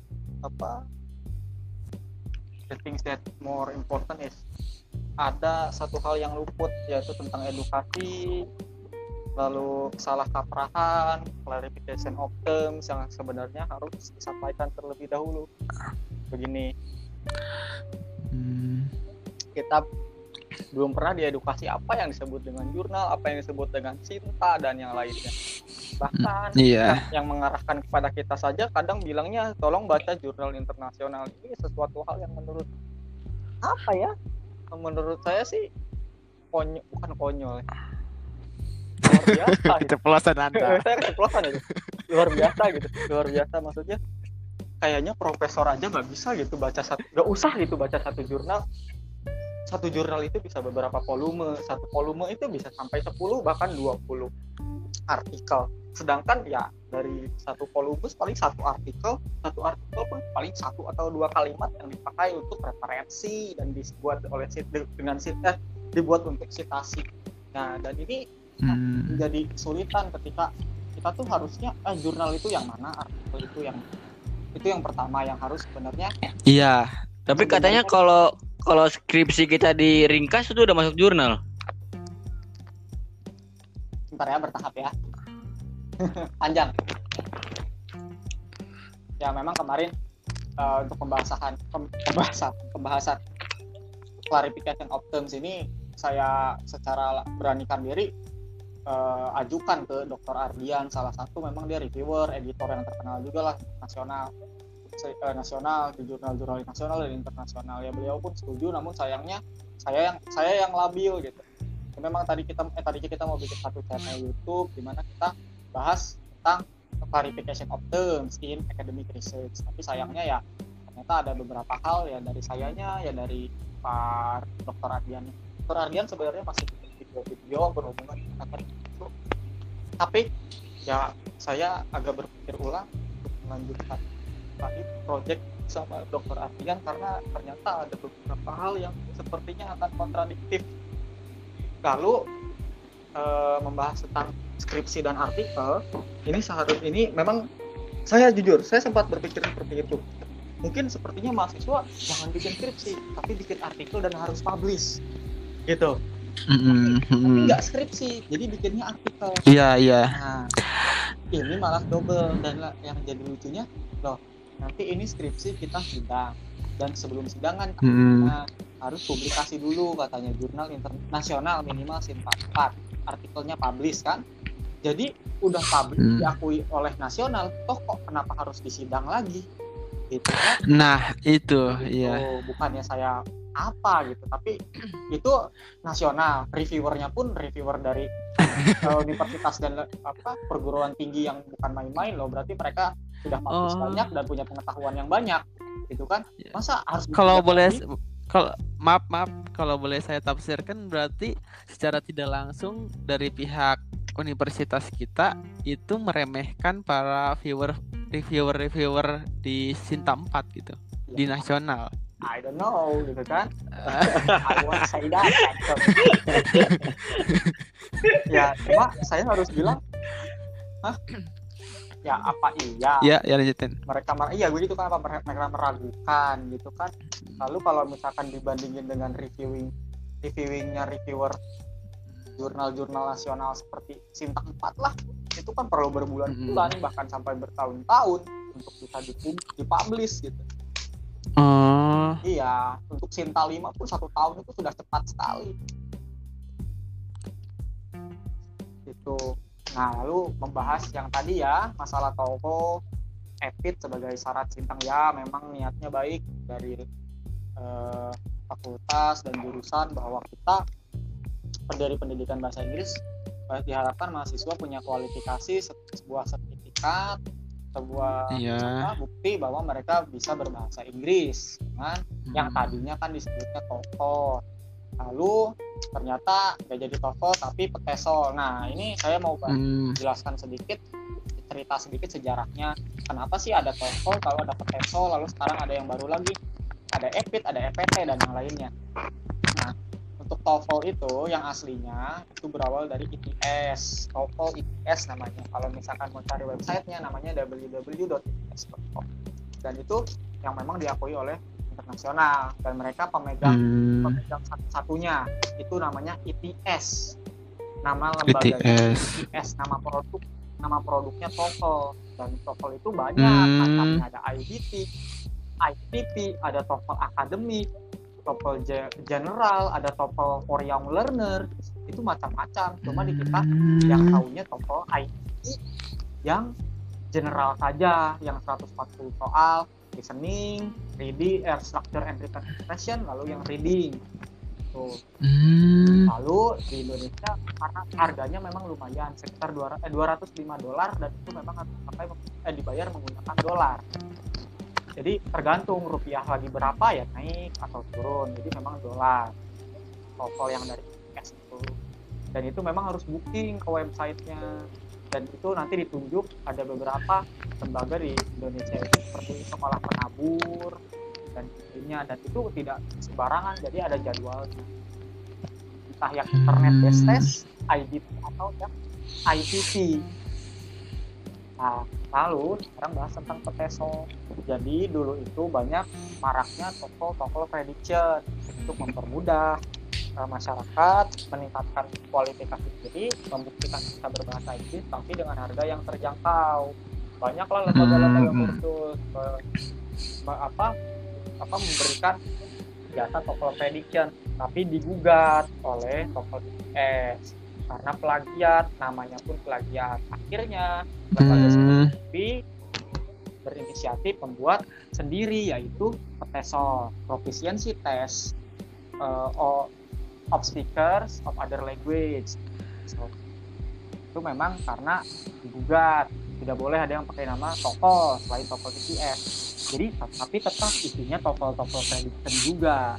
the things that more important is ada satu hal yang luput, yaitu tentang edukasi, lalu salah kaprahan, clarification of terms yang sebenarnya harus disampaikan terlebih dahulu. Begini, kita belum pernah diedukasi apa yang disebut dengan jurnal, apa yang disebut dengan Sinta dan yang lainnya. Bahkan yang mengarahkan kepada kita saja kadang bilangnya tolong baca jurnal internasional. Ini sesuatu hal yang menurut saya sih bukan konyol. Luar biasa. Keceplosan Anda. Saya keceplosan itu. Luar biasa maksudnya. Kayaknya profesor aja nggak bisa gitu nggak usah gitu baca satu jurnal. Satu jurnal itu bisa beberapa volume. Satu volume itu bisa sampai 10 bahkan 20 artikel. Sedangkan ya dari satu volume paling satu artikel pun paling 1 atau 2 kalimat yang dipakai untuk referensi dan dibuat dibuat untuk citasi. Nah, dan ini menjadi kesulitan ketika kita tuh harusnya jurnal itu yang mana, artikel itu yang pertama yang harus sebenarnya. Iya. Tapi katanya kalau skripsi kita diringkas itu udah masuk jurnal. Bentar ya, bertahap ya. Panjang. Ya memang kemarin untuk pembahasan clarification of terms ini saya secara beranikan diri ajukan ke Dr. Ardian. Salah satu memang dia reviewer, editor yang terkenal juga lah nasional di jurnal-jurnal nasional dan internasional. Ya beliau pun setuju, namun sayangnya saya yang labil gitu. Ya, memang tadinya kita mau bikin satu channel YouTube di mana kita bahas tentang clarification of terms in academic research. Tapi sayangnya ya ternyata ada beberapa hal ya dari sayanya, ya dari Pak Dr. Ardian. Dr. Ardian sebenarnya masih bikin video-video berhubungan dengan itu. Tapi ya saya agak berpikir ulang untuk melanjutkan project sama Dr. Ardian karena ternyata ada beberapa hal yang sepertinya akan kontradiktif. Lalu membahas tentang skripsi dan artikel ini memang saya jujur saya sempat berpikir seperti itu. Mungkin sepertinya mahasiswa jangan bikin skripsi tapi bikin artikel dan harus publish gitu. Tapi nggak skripsi jadi bikinnya artikel. Iya. Nah ini malah double, dan yang jadi lucunya loh, nanti ini skripsi kita sidang dan sebelum sidangan harus publikasi dulu katanya jurnal internasional minimal SIN 4 artikelnya publish kan. Jadi udah publish diakui oleh nasional, toh kok kenapa harus disidang lagi gitu kan. Nah itu iya. Bukannya saya apa gitu, tapi itu nasional, reviewernya pun reviewer dari universitas dan perguruan tinggi yang bukan main-main loh. Berarti mereka sudah publish banyak dan punya pengetahuan yang banyak gitu kan. Masa harus kalau boleh maaf kalau boleh saya tafsirkan, berarti secara tidak langsung dari pihak universitas kita itu meremehkan para reviewer di Sinta 4 gitu ya, di nasional. I don't know gitu kan. I won't say that. Ya cuma saya harus bilang ya apa iya ya lanjutin. Mereka iya begitu kan, apa mereka meragukan gitu kan. Lalu kalau misalkan dibandingin dengan reviewingnya reviewer jurnal-jurnal nasional seperti Sinta 4 lah, itu kan perlu berbulan-bulan bahkan sampai bertahun-tahun untuk bisa dipublish gitu. Iya, untuk Sinta 5 pun 1 tahun itu sudah cepat sekali gitu. Nah lalu membahas yang tadi ya, masalah TOEFL, EPIT sebagai syarat sintang, ya memang niatnya baik dari fakultas dan jurusan bahwa kita dari pendidikan bahasa Inggris diharapkan mahasiswa punya kualifikasi sebuah sertifikat, sebuah bukti bahwa mereka bisa berbahasa Inggris dengan yang tadinya kan disebutnya TOEFL. Lalu ternyata nggak jadi TOEFL tapi PTESOL. Nah ini saya mau jelaskan cerita sedikit sejarahnya. Kenapa sih ada TOEFL kalau ada PTESOL, lalu sekarang ada yang baru lagi, ada EPIT, ada EPT dan yang lainnya. Nah untuk TOEFL itu yang aslinya itu berawal dari ITS, TOEFL ITS namanya. Kalau misalkan mau cari websitenya namanya www.its.com, dan itu yang memang diakui oleh internasional dan mereka pemegang satu-satunya itu namanya ITS, nama lembaga ITS, nama produknya TOEFL. Dan TOEFL itu banyak macamnya, ada IBT, IPP, ada TOEFL akademik, TOEFL general, ada TOEFL for young learner, itu macam-macam. Cuma di kita yang tahunya TOEFL IPP yang general saja, yang 140 soal, listening, reading, structure and written expression, lalu yang reading. Tuh. Lalu di Indonesia karena harganya memang lumayan, sekitar $205, dan itu memang harus dibayar menggunakan dolar. Jadi tergantung rupiah lagi berapa ya naik atau turun. Jadi memang dolar. TOEFL yang dari US itu. Dan itu memang harus booking ke websitenya. Dan itu nanti ditunjuk ada beberapa lembaga di Indonesia itu seperti sekolah penabur dan sebagainya. Dan itu tidak sembarangan, jadi ada jadwalnya. Entah yang internet based test, IBT atau yang IPT. Nah, lalu sekarang bahas tentang PTESOL. Jadi dulu itu banyak maraknya TOEFL prediction untuk mempermudah masyarakat, meningkatkan kualifikasi diri, membuktikan bisa berbahasa Inggris tapi dengan harga yang terjangkau. Banyaklah lembaga-lembaga kursus memberikan jasa TOEFL prediction, tapi digugat oleh TOEFL IELTS karena plagiat, namanya pun plagiat. Akhirnya lembaga sendiri berinisiatif membuat sendiri, yaitu PTESOL, Proficiency Test of Speakers of Other Language. So, itu memang karena digugat, tidak boleh ada yang pakai nama TOEFL selain TOEFL TTS. Jadi tapi tetap isinya TOEFL prediction juga.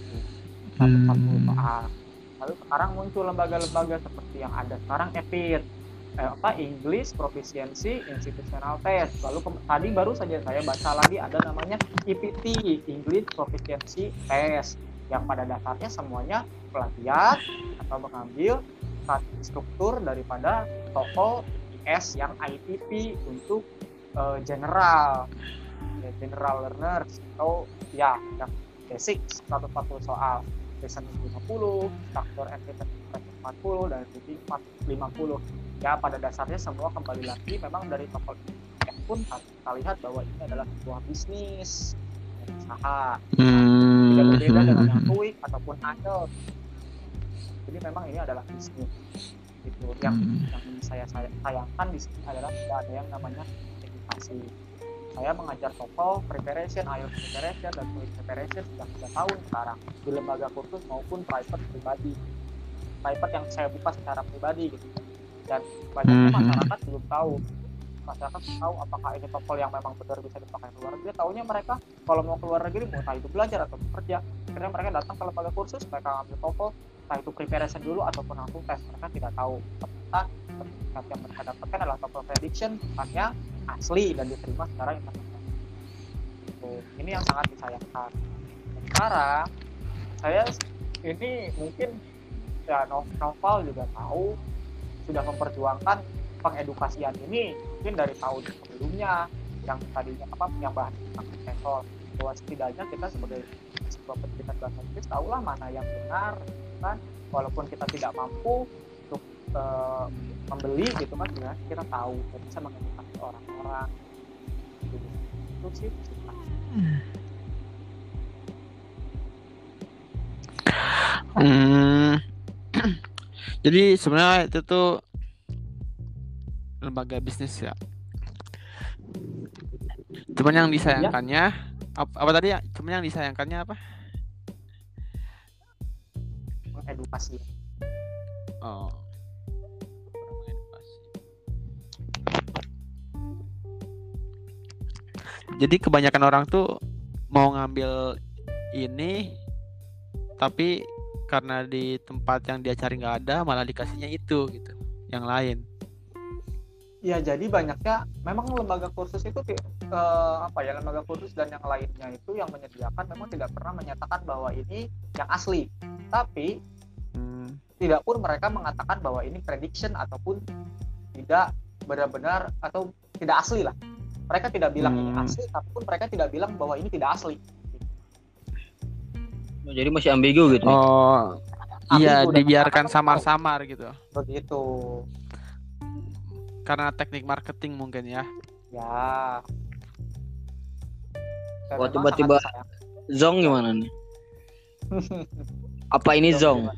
Lalu sekarang muncul lembaga-lembaga seperti yang ada sekarang, EPIT, English Proficiency Institutional Test. Lalu tadi baru saja saya baca lagi ada namanya EPT, English Proficiency Test, yang pada dasarnya semuanya plagiat atau mengambil struktur daripada TOEFL IS yang ITP untuk general learners, atau yang basic 140 soal, listening 50, structure and written 40, dan reading 50. Ya, pada dasarnya semua kembali lagi memang dari TOEFL IS pun harus kita lihat bahwa ini adalah sebuah bisnis usaha, tidak berbeda dengan yang TOEIC ataupun IELTS. Jadi memang ini adalah bisnis gitu. Yang saya sayangkan di sini adalah tidak ada yang namanya edukasi. Saya mengajar TOEFL preparation, IELTS preparation, dan TOEIC preparation sudah 3 tahun sekarang di lembaga kursus maupun private pribadi. Private yang saya buka secara pribadi gitu. Dan banyaknya masyarakat belum tahu. Masyarakat tahu apakah ini TOEFL yang memang benar bisa dipakai di luar negeri. Taunya mereka kalau mau keluar negeri, mau entah itu belajar atau bekerja, akhirnya mereka datang ke lembaga kursus, mereka ambil TOEFL, entah itu preparation dulu ataupun langsung tes. Mereka tidak tahu ternyata sertifikat yang mereka dapatkan adalah TOEFL prediction, bukannya asli dan diterima secara internasional. Ini yang sangat disayangkan. Sekarang saya ini mungkin ya Noval juga tahu sudah memperjuangkan pengedukasian ini mungkin dari tahun sebelumnya, yang tadinya yang bahas tentang PTESOL, bahwa setidaknya kita sebagai sebuah pendidikan bahasa Inggris tahulah mana yang benar kan, walaupun kita tidak mampu untuk membeli gitu kan, sebenarnya kita tahu dan bisa mengedukasi orang-orang gitu. Itu sih. Jadi sebenarnya itu tuh lembaga bisnis ya. Cuman yang disayangkannya apa tadi ya? Cuman yang disayangkannya apa? Edukasi. Oh. Edukasi. Jadi kebanyakan orang tuh mau ngambil ini, tapi karena di tempat yang dia cari nggak ada, malah dikasihnya itu gitu, yang lain. Ya, jadi banyaknya memang lembaga kursus itu lembaga kursus dan yang lainnya itu yang menyediakan memang tidak pernah menyatakan bahwa ini yang asli, tapi tidak pun mereka mengatakan bahwa ini prediction ataupun tidak benar-benar atau tidak asli lah. Mereka tidak bilang ini asli, tapi pun mereka tidak bilang bahwa ini tidak asli. Jadi masih ambigu gitu. Oh, iya, dibiarkan samar-samar gitu. Begitu. Karena teknik marketing mungkin ya. Ya. Wah, tiba-tiba zong gimana nih? Apa ini zong?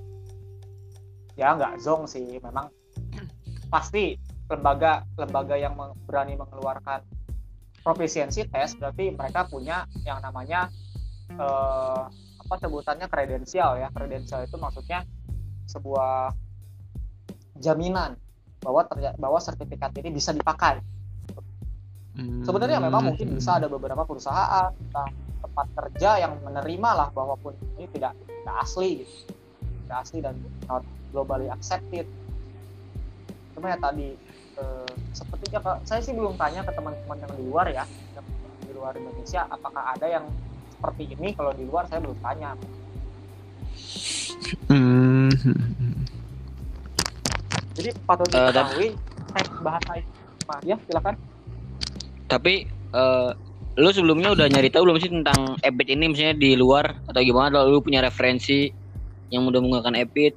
Ya nggak zong sih, memang pasti lembaga yang berani mengeluarkan proficiency test berarti mereka punya yang namanya sebutannya kredensial ya. Kredensial itu maksudnya sebuah jaminan bahwa sertifikat ini bisa dipakai. Sebenarnya memang mungkin bisa ada beberapa perusahaan, tempat kerja yang menerima lah bahwa ini tidak asli gitu. Tidak asli dan not globally accepted. Cuma ya tadi sepertinya saya sih belum tanya ke teman-teman yang di luar ya, di luar Indonesia, apakah ada yang seperti ini. Kalau di luar saya belum tanya. Jadi patut diketahui bahasa ya, silakan. Tapi lu sebelumnya udah nyari tahu belum sih tentang EBIT ini, misalnya di luar atau gimana? Lu punya referensi yang udah menggunakan EPIT.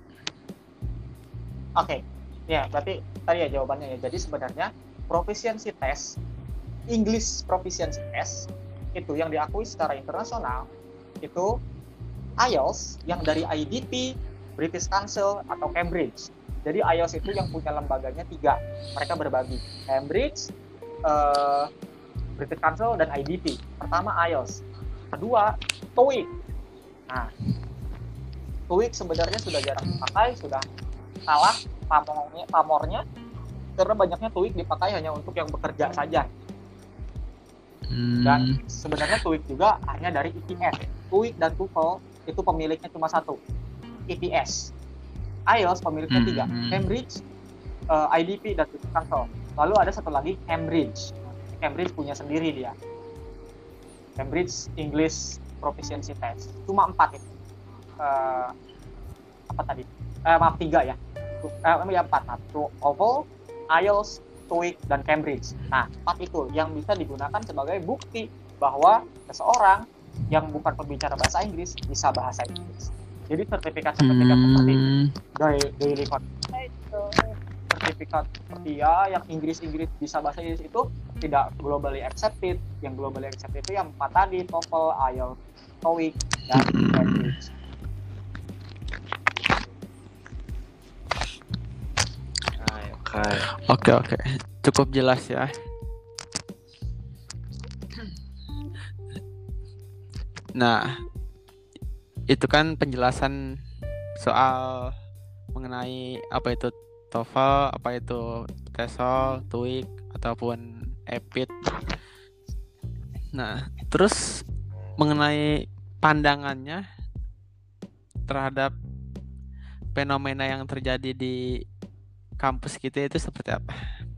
Oke, ya berarti tadi ya jawabannya ya. Jadi sebenarnya proficiency test, English proficiency test itu yang diakui secara internasional itu IELTS yang dari IDP, British Council atau Cambridge. Jadi IELTS itu yang punya lembaganya 3, mereka berbagi Cambridge, British Council dan IDP. Pertama IELTS, kedua TOEIC. Nah, TOEIC sebenarnya sudah jarang dipakai, sudah kalah pamornya karena banyaknya TOEIC dipakai hanya untuk yang bekerja saja. Dan sebenarnya TOEIC juga hanya dari ETS. TOEIC dan TOEFL itu pemiliknya cuma satu, ETS. IELTS pemiliknya 3, Cambridge, IDP dan British Council. Lalu ada satu lagi Cambridge. Cambridge punya sendiri dia. Cambridge English Proficiency Test. Cuma 4 itu. Apa tadi? Maaf 3 ya. Ya 4. TOEFL, IELTS, TOEIC dan Cambridge. Nah, 4 itu yang bisa digunakan sebagai bukti bahwa seseorang yang bukan pembicara bahasa Inggris bisa bahasa Inggris. Jadi sertifikat-sertifikat seperti daily conversation, sertifikat seperti yang Inggris bisa bahasa Inggris itu tidak globally accepted. Yang globally accepted itu yang 4 tadi, TOEFL, IELTS, TOEIC dan Cambridge. Oke. Cukup jelas ya. Nah, itu kan penjelasan soal mengenai apa itu TOEFL, apa itu TESOL, TOEIC ataupun EPIT. Nah, terus mengenai pandangannya terhadap fenomena yang terjadi di kampus kita itu seperti apa?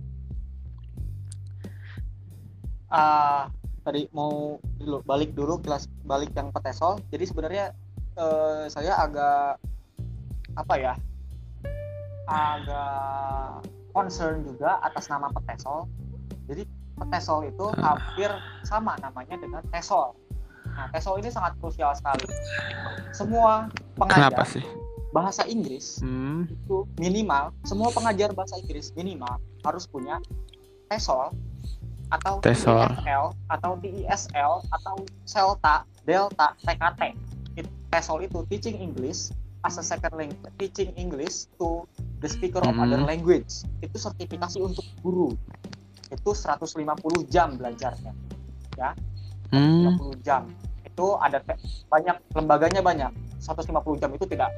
Tadi mau balik yang TESOL. Jadi sebenarnya saya agak concern juga atas nama TESOL. Jadi TESOL itu hampir sama namanya dengan TESOL. Nah, TESOL ini sangat krusial sekali. Semua pengajar bahasa Inggris itu minimal, semua pengajar bahasa Inggris minimal harus punya TESOL atau TEFL atau TESL atau CELTA, Delta, TKT. TESOL itu teaching English as a second language, teaching English to the speaker of other language. Itu sertifikasi untuk guru. Itu 150 jam belajarnya. Ya. 150 jam. Itu ada banyak, lembaganya banyak. 150 jam itu tidak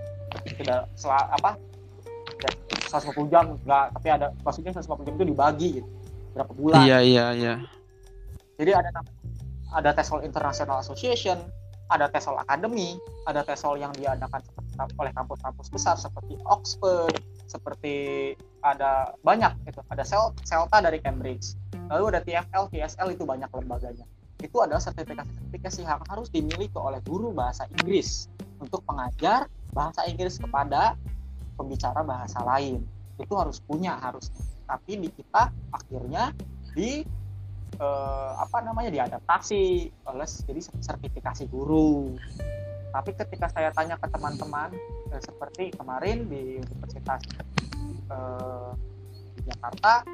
150 jam enggak, tapi ada maksudnya 150 jam itu dibagi gitu. Berapa bulan? Iya. Jadi ada TESOL International Association, ada TESOL Academy, ada TESOL yang diadakan oleh kampus-kampus besar seperti Oxford, seperti ada banyak itu, ada CELTA dari Cambridge, lalu ada TFL, TSL, itu banyak lembaganya. Itu adalah sertifikasi yang harus dimiliki oleh guru bahasa Inggris untuk pengajar bahasa Inggris kepada pembicara bahasa lain. Itu harus punya, tapi di kita akhirnya diadaptasi oleh jadi sertifikasi guru. Tapi ketika saya tanya ke teman-teman seperti kemarin di Universitas di Jakarta,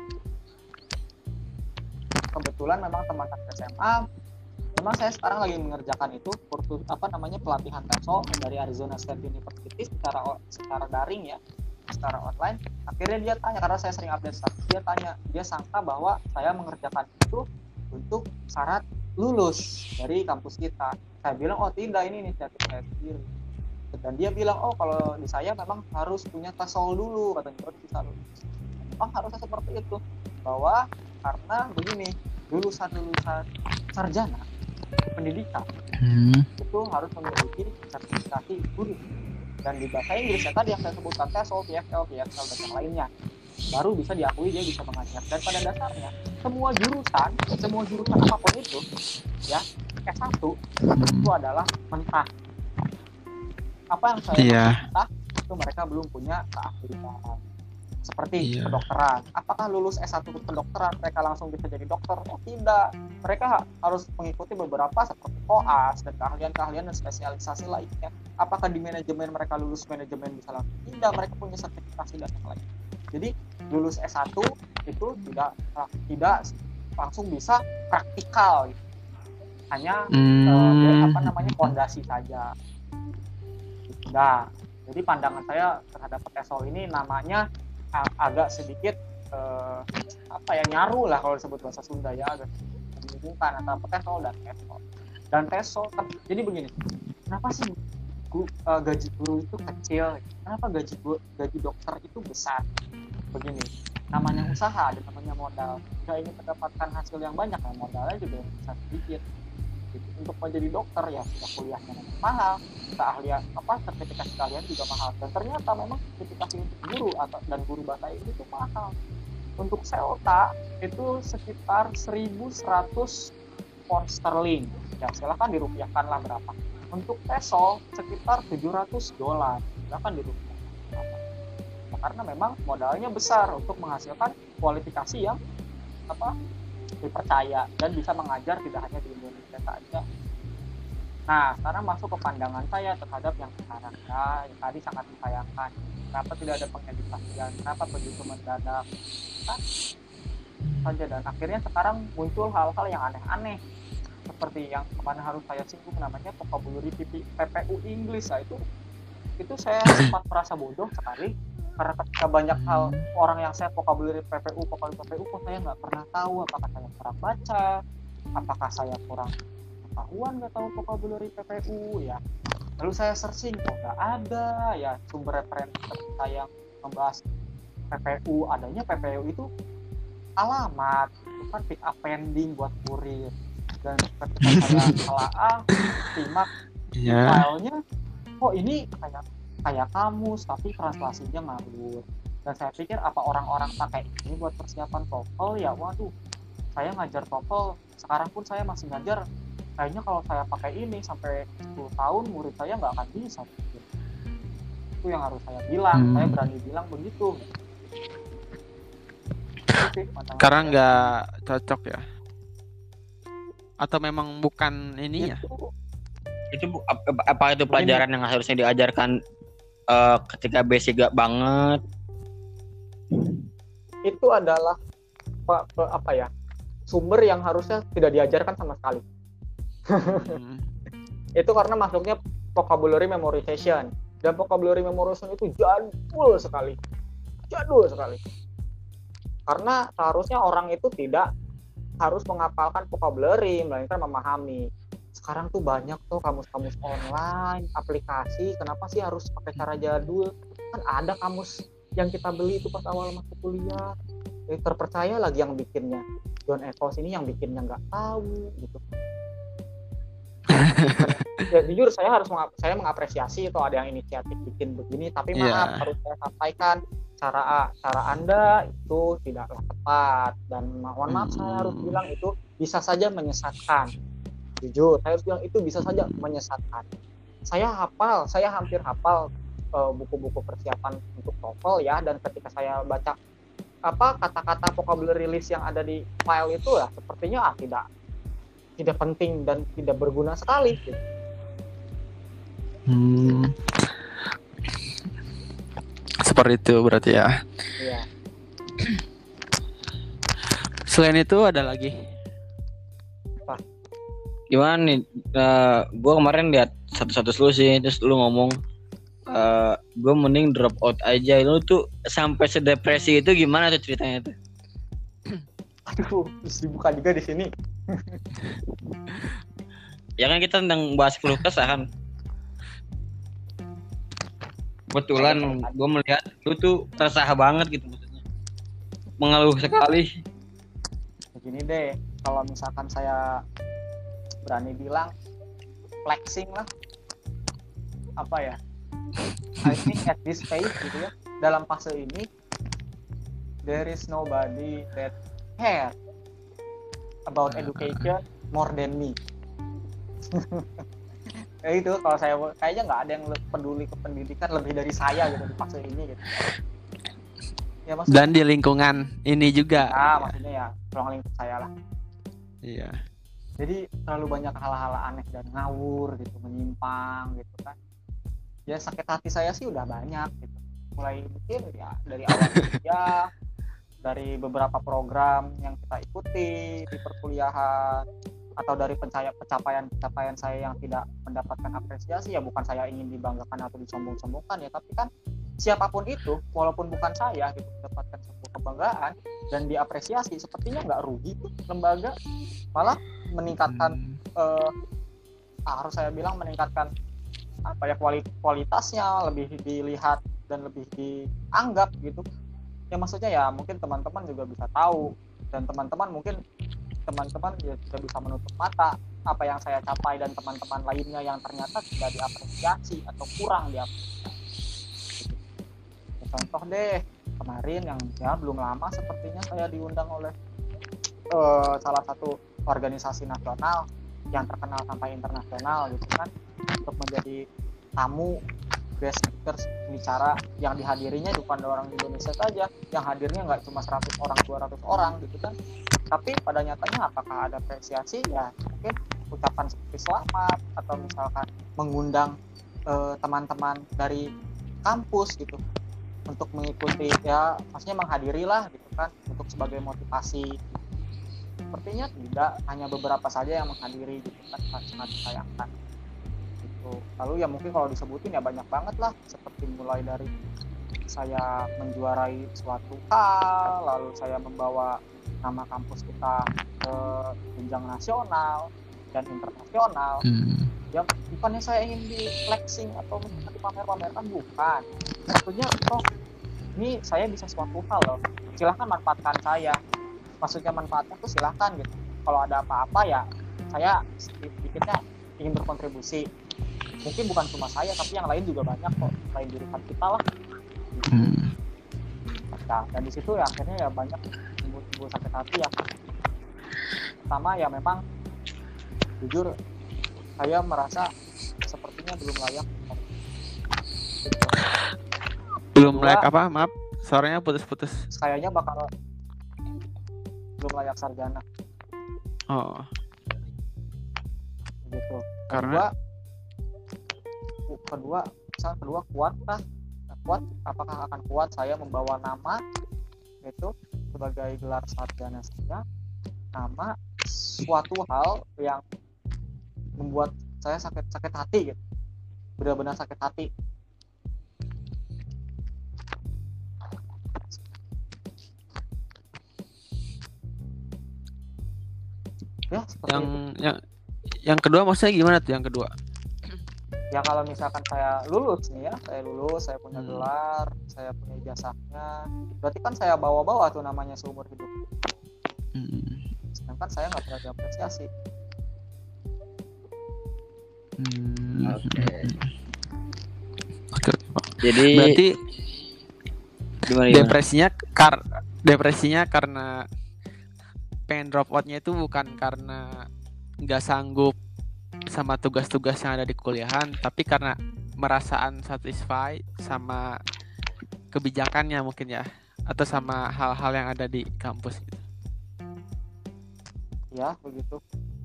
kebetulan memang teman SMA, memang saya sekarang lagi mengerjakan itu kursus pelatihan TESOL dari Arizona State University secara daring ya, secara online. Akhirnya dia tanya, karena saya sering update status, dia sangka bahwa saya mengerjakan itu untuk syarat lulus dari kampus kita. Saya bilang, oh tidak, ini inisiatif saya sendiri. Dan dia bilang, oh kalau di saya memang harus punya TESOL dulu, katanya, baru bisa lulus. Memang harusnya seperti itu, bahwa karena begini, lulusan sarjana pendidikan itu harus memiliki sertifikasi guru. Dan di bahasa Inggris ya tadi yang saya sebutkan TESOL, TFL, TSL dan yang lainnya, baru bisa diakui dia bisa mengajar. Dan pada dasarnya semua jurusan apapun itu ya, S1 itu adalah mentah. Apa yang saya mentah itu mereka belum punya keahlian. Seperti Iya. kedokteran. Apakah lulus S1 kedokteran mereka langsung bisa jadi dokter? Oh tidak. Mereka harus mengikuti beberapa seperti koas dan keahlian-keahlian dan spesialisasi lainnya. Apakah di manajemen mereka lulus manajemen bisa langsung? Tidak, mereka punya sertifikasi dan yang lain. Jadi lulus S1 itu tidak langsung bisa praktikal gitu. Hanya fondasi saja. Nah, jadi pandangan saya terhadap Petesol ini namanya agak sedikit nyaru lah kalau disebut bahasa Sunda ya, agak membingungkan antara Petesol dan Tesol. Dan Tesol kan jadi begini, kenapa sih gaji guru itu kecil? Kenapa gaji dokter itu besar? Begini, namanya usaha, ada namanya modal. Jika ingin mendapatkan hasil yang banyak, ya modalnya juga bisa sedikit. Untuk menjadi dokter ya sudah kuliahnya mahal, keahlian sertifikasi kalian juga mahal, dan ternyata memang sertifikasi untuk guru dan guru bahasa Inggris itu mahal. Untuk Celta itu sekitar 1.100 pound sterling, ya silahkan dirupiahkan lah berapa. Untuk Tesol sekitar $700, silahkan dirupiahkan berapa. Ya, karena memang modalnya besar untuk menghasilkan kualifikasi yang dipercaya dan bisa mengajar tidak hanya di Indonesia saja. Nah, sekarang masuk ke pandangan saya terhadap yang sekarang ya, yang tadi sangat disayangkan. Kenapa tidak ada pengedukasian? Kenapa begitu mendadak? Saja, dan akhirnya sekarang muncul hal-hal yang aneh-aneh seperti yang kemana harus saya singgung, namanya vocabulary PPU English. Nah, itu saya sempat merasa bodoh sekali. Karena ketika banyak hal orang yang saya vocabulary PPU kok saya nggak pernah tahu. Apakah saya kurang baca, apakah saya kurang pengetahuan nggak tahu vocabulary PPU ya. Lalu saya searching, kok nggak ada ya sumber referensi saya membahas PPU. Adanya PPU itu alamat, bukan pick up pending buat kurir. Dan ketika saya telah simak filenya, kok ini kayak kamus tapi translasinya ngawur. Dan saya pikir apa orang-orang pakai ini buat persiapan TOEFL ya. Waduh, saya ngajar TOEFL sekarang pun saya masih ngajar, kayaknya kalau saya pakai ini sampai 10 tahun murid saya nggak akan bisa. Itu yang harus saya bilang. Saya berani bilang begitu. Karena nggak cocok ya, atau memang bukan ini ya? Itu apa itu pelajaran yang harusnya diajarkan ketika basic gak banget? Itu adalah sumber yang harusnya tidak diajarkan sama sekali. Itu karena masuknya vocabulary memorization, dan vocabulary memorization itu jadul sekali. Karena seharusnya orang itu tidak harus menghafalkan vocabulary, melainkan memahami. Sekarang tuh banyak tuh kamus-kamus online, aplikasi. Kenapa sih harus pakai cara jadul? Kan ada kamus yang kita beli itu pas awal masuk kuliah. Terpercaya lagi yang bikinnya. John Eccles ini yang bikinnya nggak tahu gitu. Ya, jujur saya mengapresiasi itu ada yang inisiatif bikin begini, tapi maaf harus saya sampaikan cara Anda itu tidaklah tepat, dan mohon maaf saya harus bilang itu bisa saja menyesatkan. Jujur saya harus bilang itu bisa saja menyesatkan. Saya hampir hafal buku-buku persiapan untuk TOEFL ya, dan ketika saya baca kata-kata vocabulary list yang ada di file itu ya sepertinya tidak penting dan tidak berguna sekali gitu. Seperti itu berarti ya. Iya. Selain itu ada lagi apa? Gimana nih? Gue kemarin lihat satu lu sih, terus lu ngomong gue mending drop out aja. Lu tuh sampai sedepresi itu gimana tuh ceritanya tuh? Aduh, dibuka juga di sini. Ya kan kita tentang bahas keluh kesah kan. Kebetulan gue melihat lu tuh resah banget gitu, maksudnya mengeluh sekali. Begini deh, kalau misalkan saya berani bilang flexing lah, I think at this stage gitu ya, dalam fase ini there is nobody that care about education more than me. Ya itu, kalau saya kayaknya nggak ada yang peduli ke pendidikan lebih dari saya gitu di fase ini gitu. Ya maksudnya, Dan di lingkungan ini juga. maksudnya ya ruang lingkup saya lah. Iya. Jadi terlalu banyak hal-hal aneh dan ngawur gitu, menyimpang gitu kan. Ya sakit hati saya sih udah banyak gitu. Mulai mungkin ya dari awal kuliah, dari beberapa program yang kita ikuti di perkuliahan, atau dari pencapaian saya yang tidak mendapatkan apresiasi. Ya bukan saya ingin dibanggakan atau disombong-sombongkan ya, tapi kan siapapun itu walaupun bukan saya gitu mendapatkan sebuah kebanggaan dan diapresiasi, sepertinya nggak rugi tuh lembaga, malah meningkatkan harus saya bilang meningkatkan apa ya, kualitasnya, lebih dilihat dan lebih dianggap gitu. Ya maksudnya ya mungkin teman-teman juga bisa tahu, dan teman-teman ya tidak bisa menutup mata apa yang saya capai dan teman-teman lainnya yang ternyata tidak diapresiasi atau kurang diapresiasi. Ya, contoh deh, kemarin yang ya belum lama sepertinya saya diundang oleh salah satu organisasi nasional yang terkenal sampai internasional gitu kan, untuk menjadi tamu guest speaker, bicara yang dihadirinya bukan orang Indonesia saja, yang hadirnya nggak cuma 100 orang 200 orang gitu kan. Tapi pada nyatanya apakah ada apresiasi? Ya mungkin ucapan seperti selamat, atau misalkan mengundang teman-teman dari kampus gitu untuk mengikuti, ya maksudnya menghadiri lah gitu kan, untuk sebagai motivasi. Sepertinya tidak, hanya beberapa saja yang menghadiri gitu kan, sangat disayangkan gitu. Lalu ya mungkin kalau disebutin ya banyak banget lah, seperti mulai dari saya menjuarai suatu hal, lalu saya membawa nama kampus kita ke jenjang nasional dan internasional. Ya bukannya saya ingin di flexing atau dipamer-pamerkan, bukan. Maksudnya ini saya bisa suatu hal loh, silahkan manfaatkan saya. Maksudnya manfaatnya tuh silahkan gitu. Kalau ada apa-apa ya saya sedikitnya ingin berkontribusi. Mungkin bukan cuma saya, tapi yang lain juga banyak kok, selain jurusan kita lah gitu. Nah, dan di situ ya akhirnya ya banyak timbul sakit hati ya. Pertama ya memang jujur saya merasa sepertinya belum layak gitu. Belum layak apa? Maaf, suaranya putus-putus. Kayaknya bakal belum layak sarjana. Oh. Gitu. Karena kedua kuat lah. Kuat, apakah akan kuat saya membawa nama itu sebagai gelar sarjana saya, nama suatu hal yang membuat saya sakit hati gitu. Benar-benar sakit hati. Ya, yang kedua maksudnya gimana tuh yang kedua? Ya kalau misalkan saya lulus nih ya, saya punya gelar, saya punya ijazahnya, berarti kan saya bawa-bawa tuh namanya seumur hidup. Sedangkan saya nggak pernah diapresiasi. Oke. Jadi berarti gimana? Depresinya karena pengen drop outnya itu bukan karena nggak sanggup sama tugas-tugas yang ada di kuliahan, tapi karena merasa unsatisfied sama kebijakannya mungkin ya, atau sama hal-hal yang ada di kampus gitu. Ya begitu,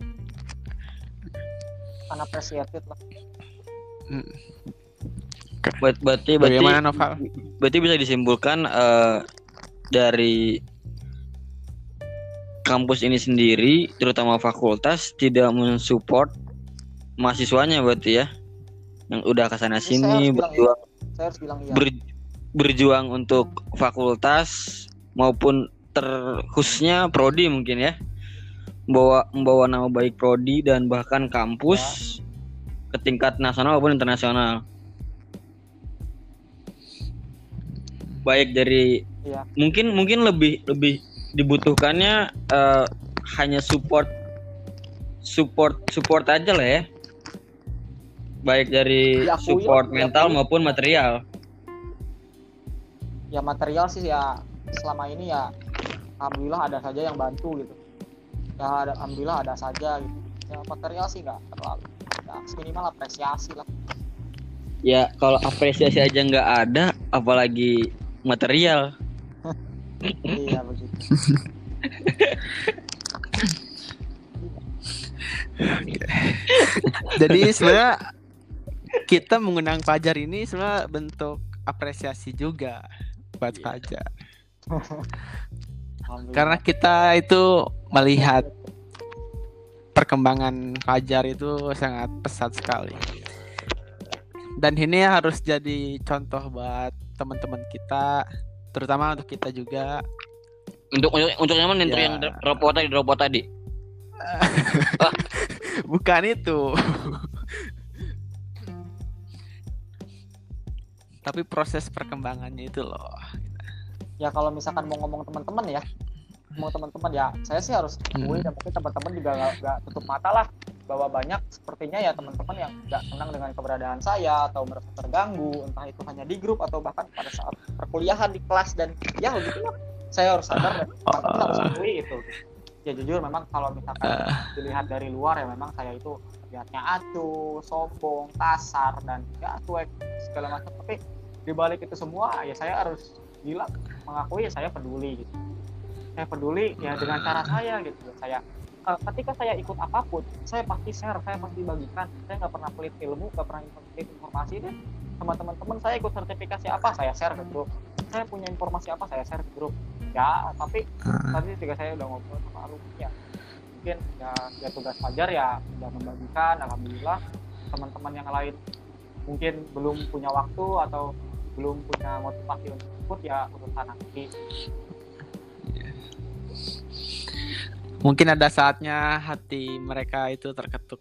unappreciated lah. Berarti Bagaimana Noval? Berarti bisa disimpulkan dari kampus ini sendiri, terutama fakultas, tidak mensupport mahasiswanya berarti ya, yang udah kesana sini berjuang untuk fakultas maupun terkhususnya prodi mungkin ya, membawa nama baik prodi dan bahkan kampus ke tingkat nasional maupun internasional. Baik dari mungkin lebih dibutuhkannya hanya support aja lah ya, baik dari support mental maupun material. Ya material sih ya selama ini ya alhamdulillah ada saja yang bantu gitu ya, alhamdulillah ada saja gitu ya. Material sih nggak terlalu ya, minimal apresiasi lah ya. Kalau apresiasi aja nggak ada, apalagi material. Iya begitu. Jadi sebenarnya kita mengundang Fajar ini sebenarnya bentuk apresiasi juga buat Fajar. Karena kita itu melihat perkembangan Fajar itu sangat pesat sekali. Dan ini harus jadi contoh buat teman-teman kita, terutama untuk kita juga. Untuk yang mana? Untuk yang robot tadi. Bukan itu. Tapi proses perkembangannya itu loh. Ya kalau misalkan mau ngomong teman-teman ya, saya sih harus akui, dan mungkin teman-teman juga nggak tutup mata lah bahwa banyak sepertinya ya teman-teman yang nggak senang dengan keberadaan saya atau merasa terganggu, entah itu hanya di grup atau bahkan pada saat perkuliahan di kelas, dan ya begitulah. Saya harus sadar dan teman-teman harus akui itu. Ya jujur memang kalau misalkan dilihat dari luar ya memang saya itu lihatnya acuh, sombong, kasar, dan ya cuek segala macam. Tapi dibalik itu semua ya saya harus bilang, mengakui ya saya peduli gitu. Saya peduli ya dengan cara saya gitu. Saya ketika saya ikut apapun, saya pasti share, saya pasti bagikan. Saya nggak pernah pelit ilmu, nggak pernah pelit informasi deh. Sama teman-teman saya ikut sertifikasi apa, saya share ke grup. Saya punya informasi apa, saya share ke grup. Ya, tapi tadi juga saya udah ngobrol sama alumni ya. Mungkin ya tugas Fajar ya udah membagikan, alhamdulillah. Teman-teman yang lain mungkin belum punya waktu atau belum punya motivasi untuk ikut, ya urusan nanti. Mungkin ada saatnya hati mereka itu terketuk.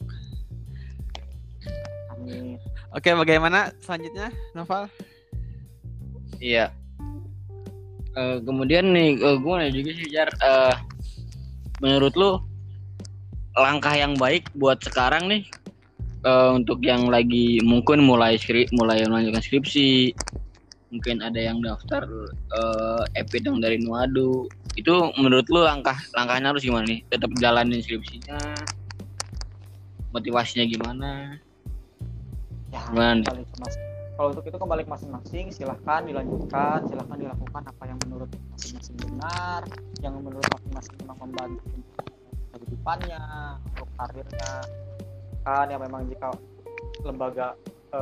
Amin. Oke, bagaimana selanjutnya, Noval? Iya. Kemudian nih, gue nanya juga sih, Jar. Menurut lu langkah yang baik buat sekarang nih, untuk yang lagi mungkin mulai melanjutkan skripsi, mungkin ada yang daftar epidang dari Nuadu, itu menurut lu langkahnya harus gimana nih? Tetap jalanin skripsinya, motivasinya gimana? Ya, Gimana? Kalau untuk itu kembali ke masing-masing, silahkan dilanjutkan, silahkan dilakukan apa yang menurut masing-masing benar, yang menurut masing-masing memang membantu kehidupannya, untuk karirnya. Kan ya memang jika lembaga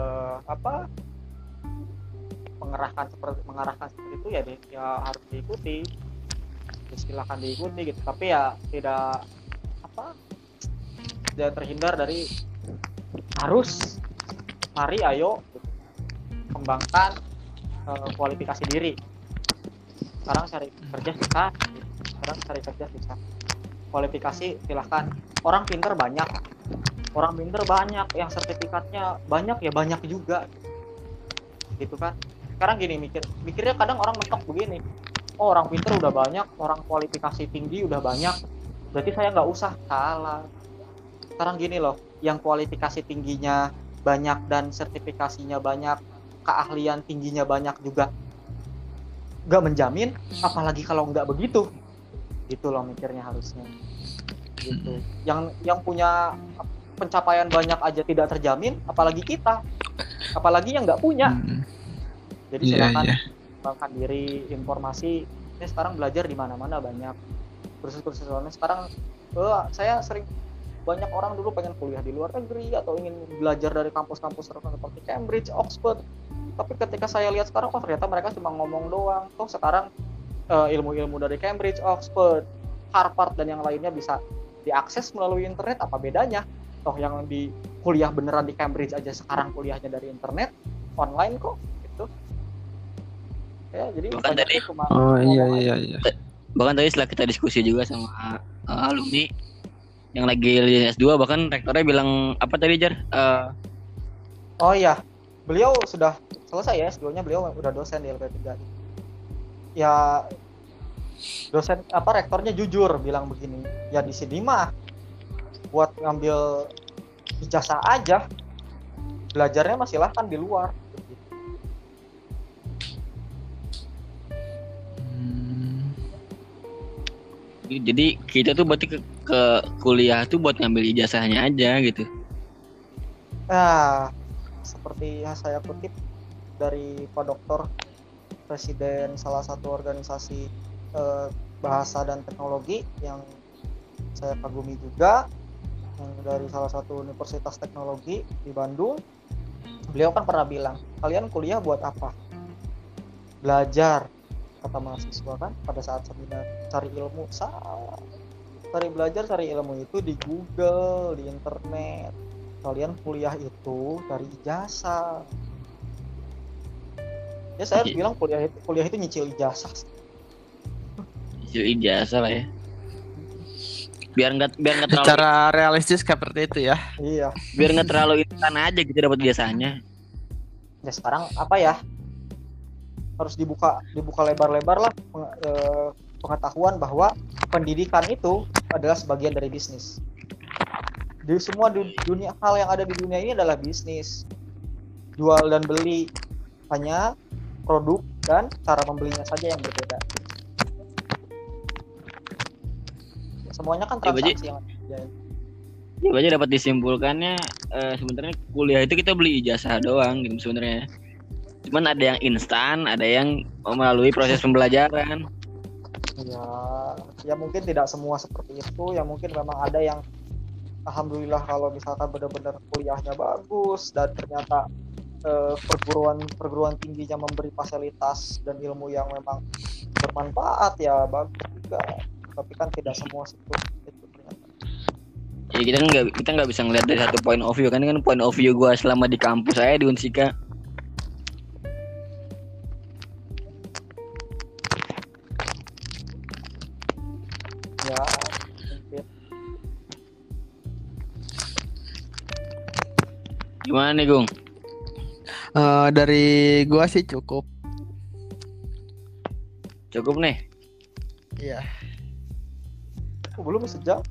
mengarahkan seperti itu ya harus diikuti. Silahkan diikuti gitu, tapi ya tidak terhindar dari harus mari ayo kembangkan kualifikasi diri. Sekarang cari kerja susah, kualifikasi silahkan. Orang pinter banyak, yang sertifikatnya banyak ya banyak juga gitu kan. Sekarang gini, mikirnya kadang orang mentok begini, oh orang pinter udah banyak, orang kualifikasi tinggi udah banyak, berarti saya nggak usah. Salah. Sekarang gini loh, yang kualifikasi tingginya banyak dan sertifikasinya banyak, keahlian tingginya banyak juga nggak menjamin, apalagi kalau nggak begitu. Gitu loh mikirnya harusnya gitu. Yang punya pencapaian banyak aja tidak terjamin, apalagi kita, apalagi yang nggak punya. Jadi silakan kembangkan diri. Informasi ini sekarang belajar di mana-mana banyak, kursus-kursus online sekarang. Saya sering, banyak orang dulu pengen kuliah di luar negeri atau ingin belajar dari kampus-kampus terkenal seperti Cambridge, Oxford, tapi ketika saya lihat sekarang, ternyata mereka cuma ngomong doang. Sekarang ilmu-ilmu dari Cambridge, Oxford, Harvard dan yang lainnya bisa diakses melalui internet. Apa bedanya? Yang di kuliah beneran di Cambridge aja sekarang kuliahnya dari internet online kok gitu. Ya, jadi bahkan tadi bahkan tadi setelah kita diskusi juga sama alumni yang lagi S2, bahkan rektornya bilang apa tadi, Jar? Oh iya, beliau sudah selesai ya S2-nya, beliau udah dosen di LP3. Ya dosen rektornya jujur bilang begini, ya di sini mah buat ngambil ijazah aja, belajarnya mah silahkan di luar. Jadi kita tuh berarti ke kuliah tuh buat ngambil ijazahnya aja gitu. Seperti yang saya kutip dari Pak Doktor, presiden salah satu organisasi bahasa dan teknologi yang saya kagumi juga, yang dari salah satu universitas teknologi di Bandung. Beliau kan pernah bilang, kalian kuliah buat apa? Belajar, kata mahasiswa kan pada saat seminar. Cari ilmu, salah. Cari ilmu itu di Google, di internet. Kalian kuliah itu dari ijazah. Ya saya harus bilang kuliah itu nyicil ijazah. Nyicil ijazah lah ya. Biar nggak terlalu. Secara realistis seperti itu ya. Iya. Biar nggak terlalu instan aja gitu dapat ijazahnya. Ya sekarang apa ya? Harus dibuka lebar-lebar lah pengetahuan bahwa pendidikan itu adalah sebagian dari bisnis. Di semua dunia, hal yang ada di dunia ini adalah bisnis. Jual dan beli, hanya produk dan cara membelinya saja yang berbeda. Semuanya kan transaksi yang ada. Ya aja dapat disimpulkannya sebenarnya kuliah itu kita beli ijazah doang gitu sebenarnya. Cuman ada yang instan, ada yang melalui proses pembelajaran. Ya mungkin tidak semua seperti itu. Ya mungkin memang ada yang alhamdulillah kalau misalkan benar-benar kuliahnya bagus dan ternyata perguruan tingginya memberi fasilitas dan ilmu yang memang bermanfaat, ya bagus juga. Tapi kan tidak semua seperti itu ternyata. Ya kita nggak bisa ngelihat dari satu point of view kan point of view gue selama di kampus saya di Unsika. Ya mungkin. Gimana nih Gung? Dari gua sih cukup. Cukup nih. Iya. Belum sejam.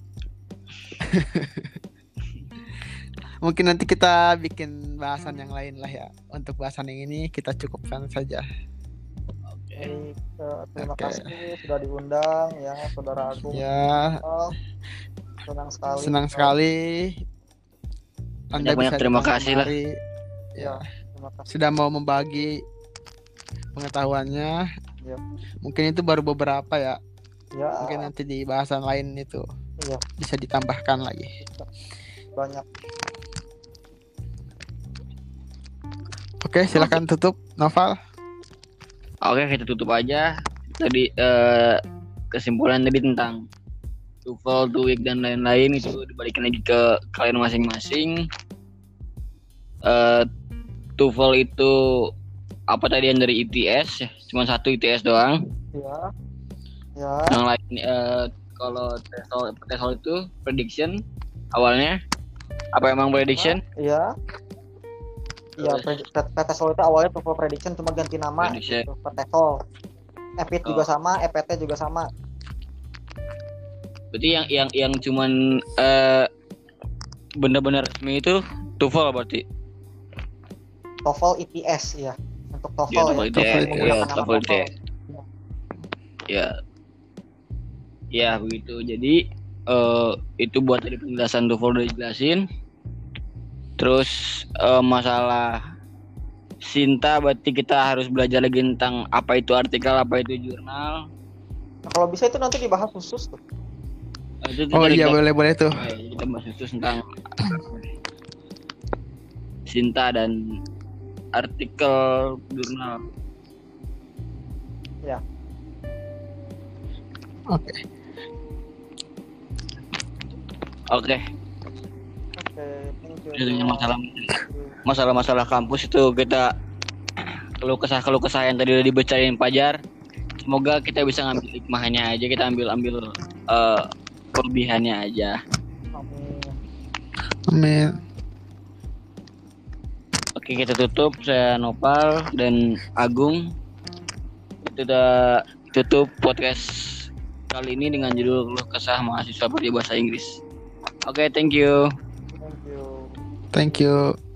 Mungkin nanti kita bikin bahasan yang lain lah ya. Untuk bahasan yang ini kita cukupkan saja. Baik, terima kasih sudah diundang ya Saudara Agung. Ya. Senang sekali. Anda Banyak terima kasih lah. Ya. Terima kasih. Sudah mau membagi pengetahuannya. Ya. Mungkin itu baru beberapa ya. Ya. Mungkin nanti di bahasan lain itu Iya. bisa ditambahkan lagi. Banyak. Oke, silakan tutup Noval. Oke, kita tutup aja. Tadi kesimpulan tadi tentang TOEFL, TOEIC dan lain-lain itu dibalikin lagi ke kalian masing-masing. TOEFL itu apa tadi yang dari ITS ya? Cuma satu ITS doang. Ya. Ya. Yang lain kalau TESOL itu prediction awalnya. Apa emang prediction? Iya. Iya, TESOL itu awalnya TOEFL prediction cuma ganti nama Prediction. gitu, ke TESOL. EPIT juga sama, EPT juga sama. Berarti yang cuman benar-benar resmi itu TOEFL berarti. TOEFL ITS ya. Untuk TOEFL Ya, TOEFL ya. ITS, Menggunakan nama TOEFL ITS. Ya. Ya, begitu. Jadi itu buat tadi penjelasan TOEFL udah dijelasin. Terus masalah Sinta berarti kita harus belajar lagi tentang apa itu artikel, apa itu jurnal. Nah, kalau bisa itu nanti dibahas khusus tuh. Oh iya, boleh tuh. Kita bahas khusus tentang Sinta dan artikel jurnal. Ya. Oke. Oke, thank you. Jadi masalah kampus itu kita keluh kesah yang tadi udah dibacain Pajar. Semoga kita bisa ngambil hikmahnya aja, kita ambil kelebihannya aja. Amin. Oke, kita tutup. Saya Nopal dan Agung. Itu udah tutup podcast kali ini dengan judul keluh kesah mahasiswa bahasa Inggris. Oke, thank you. Thank you. Thank you.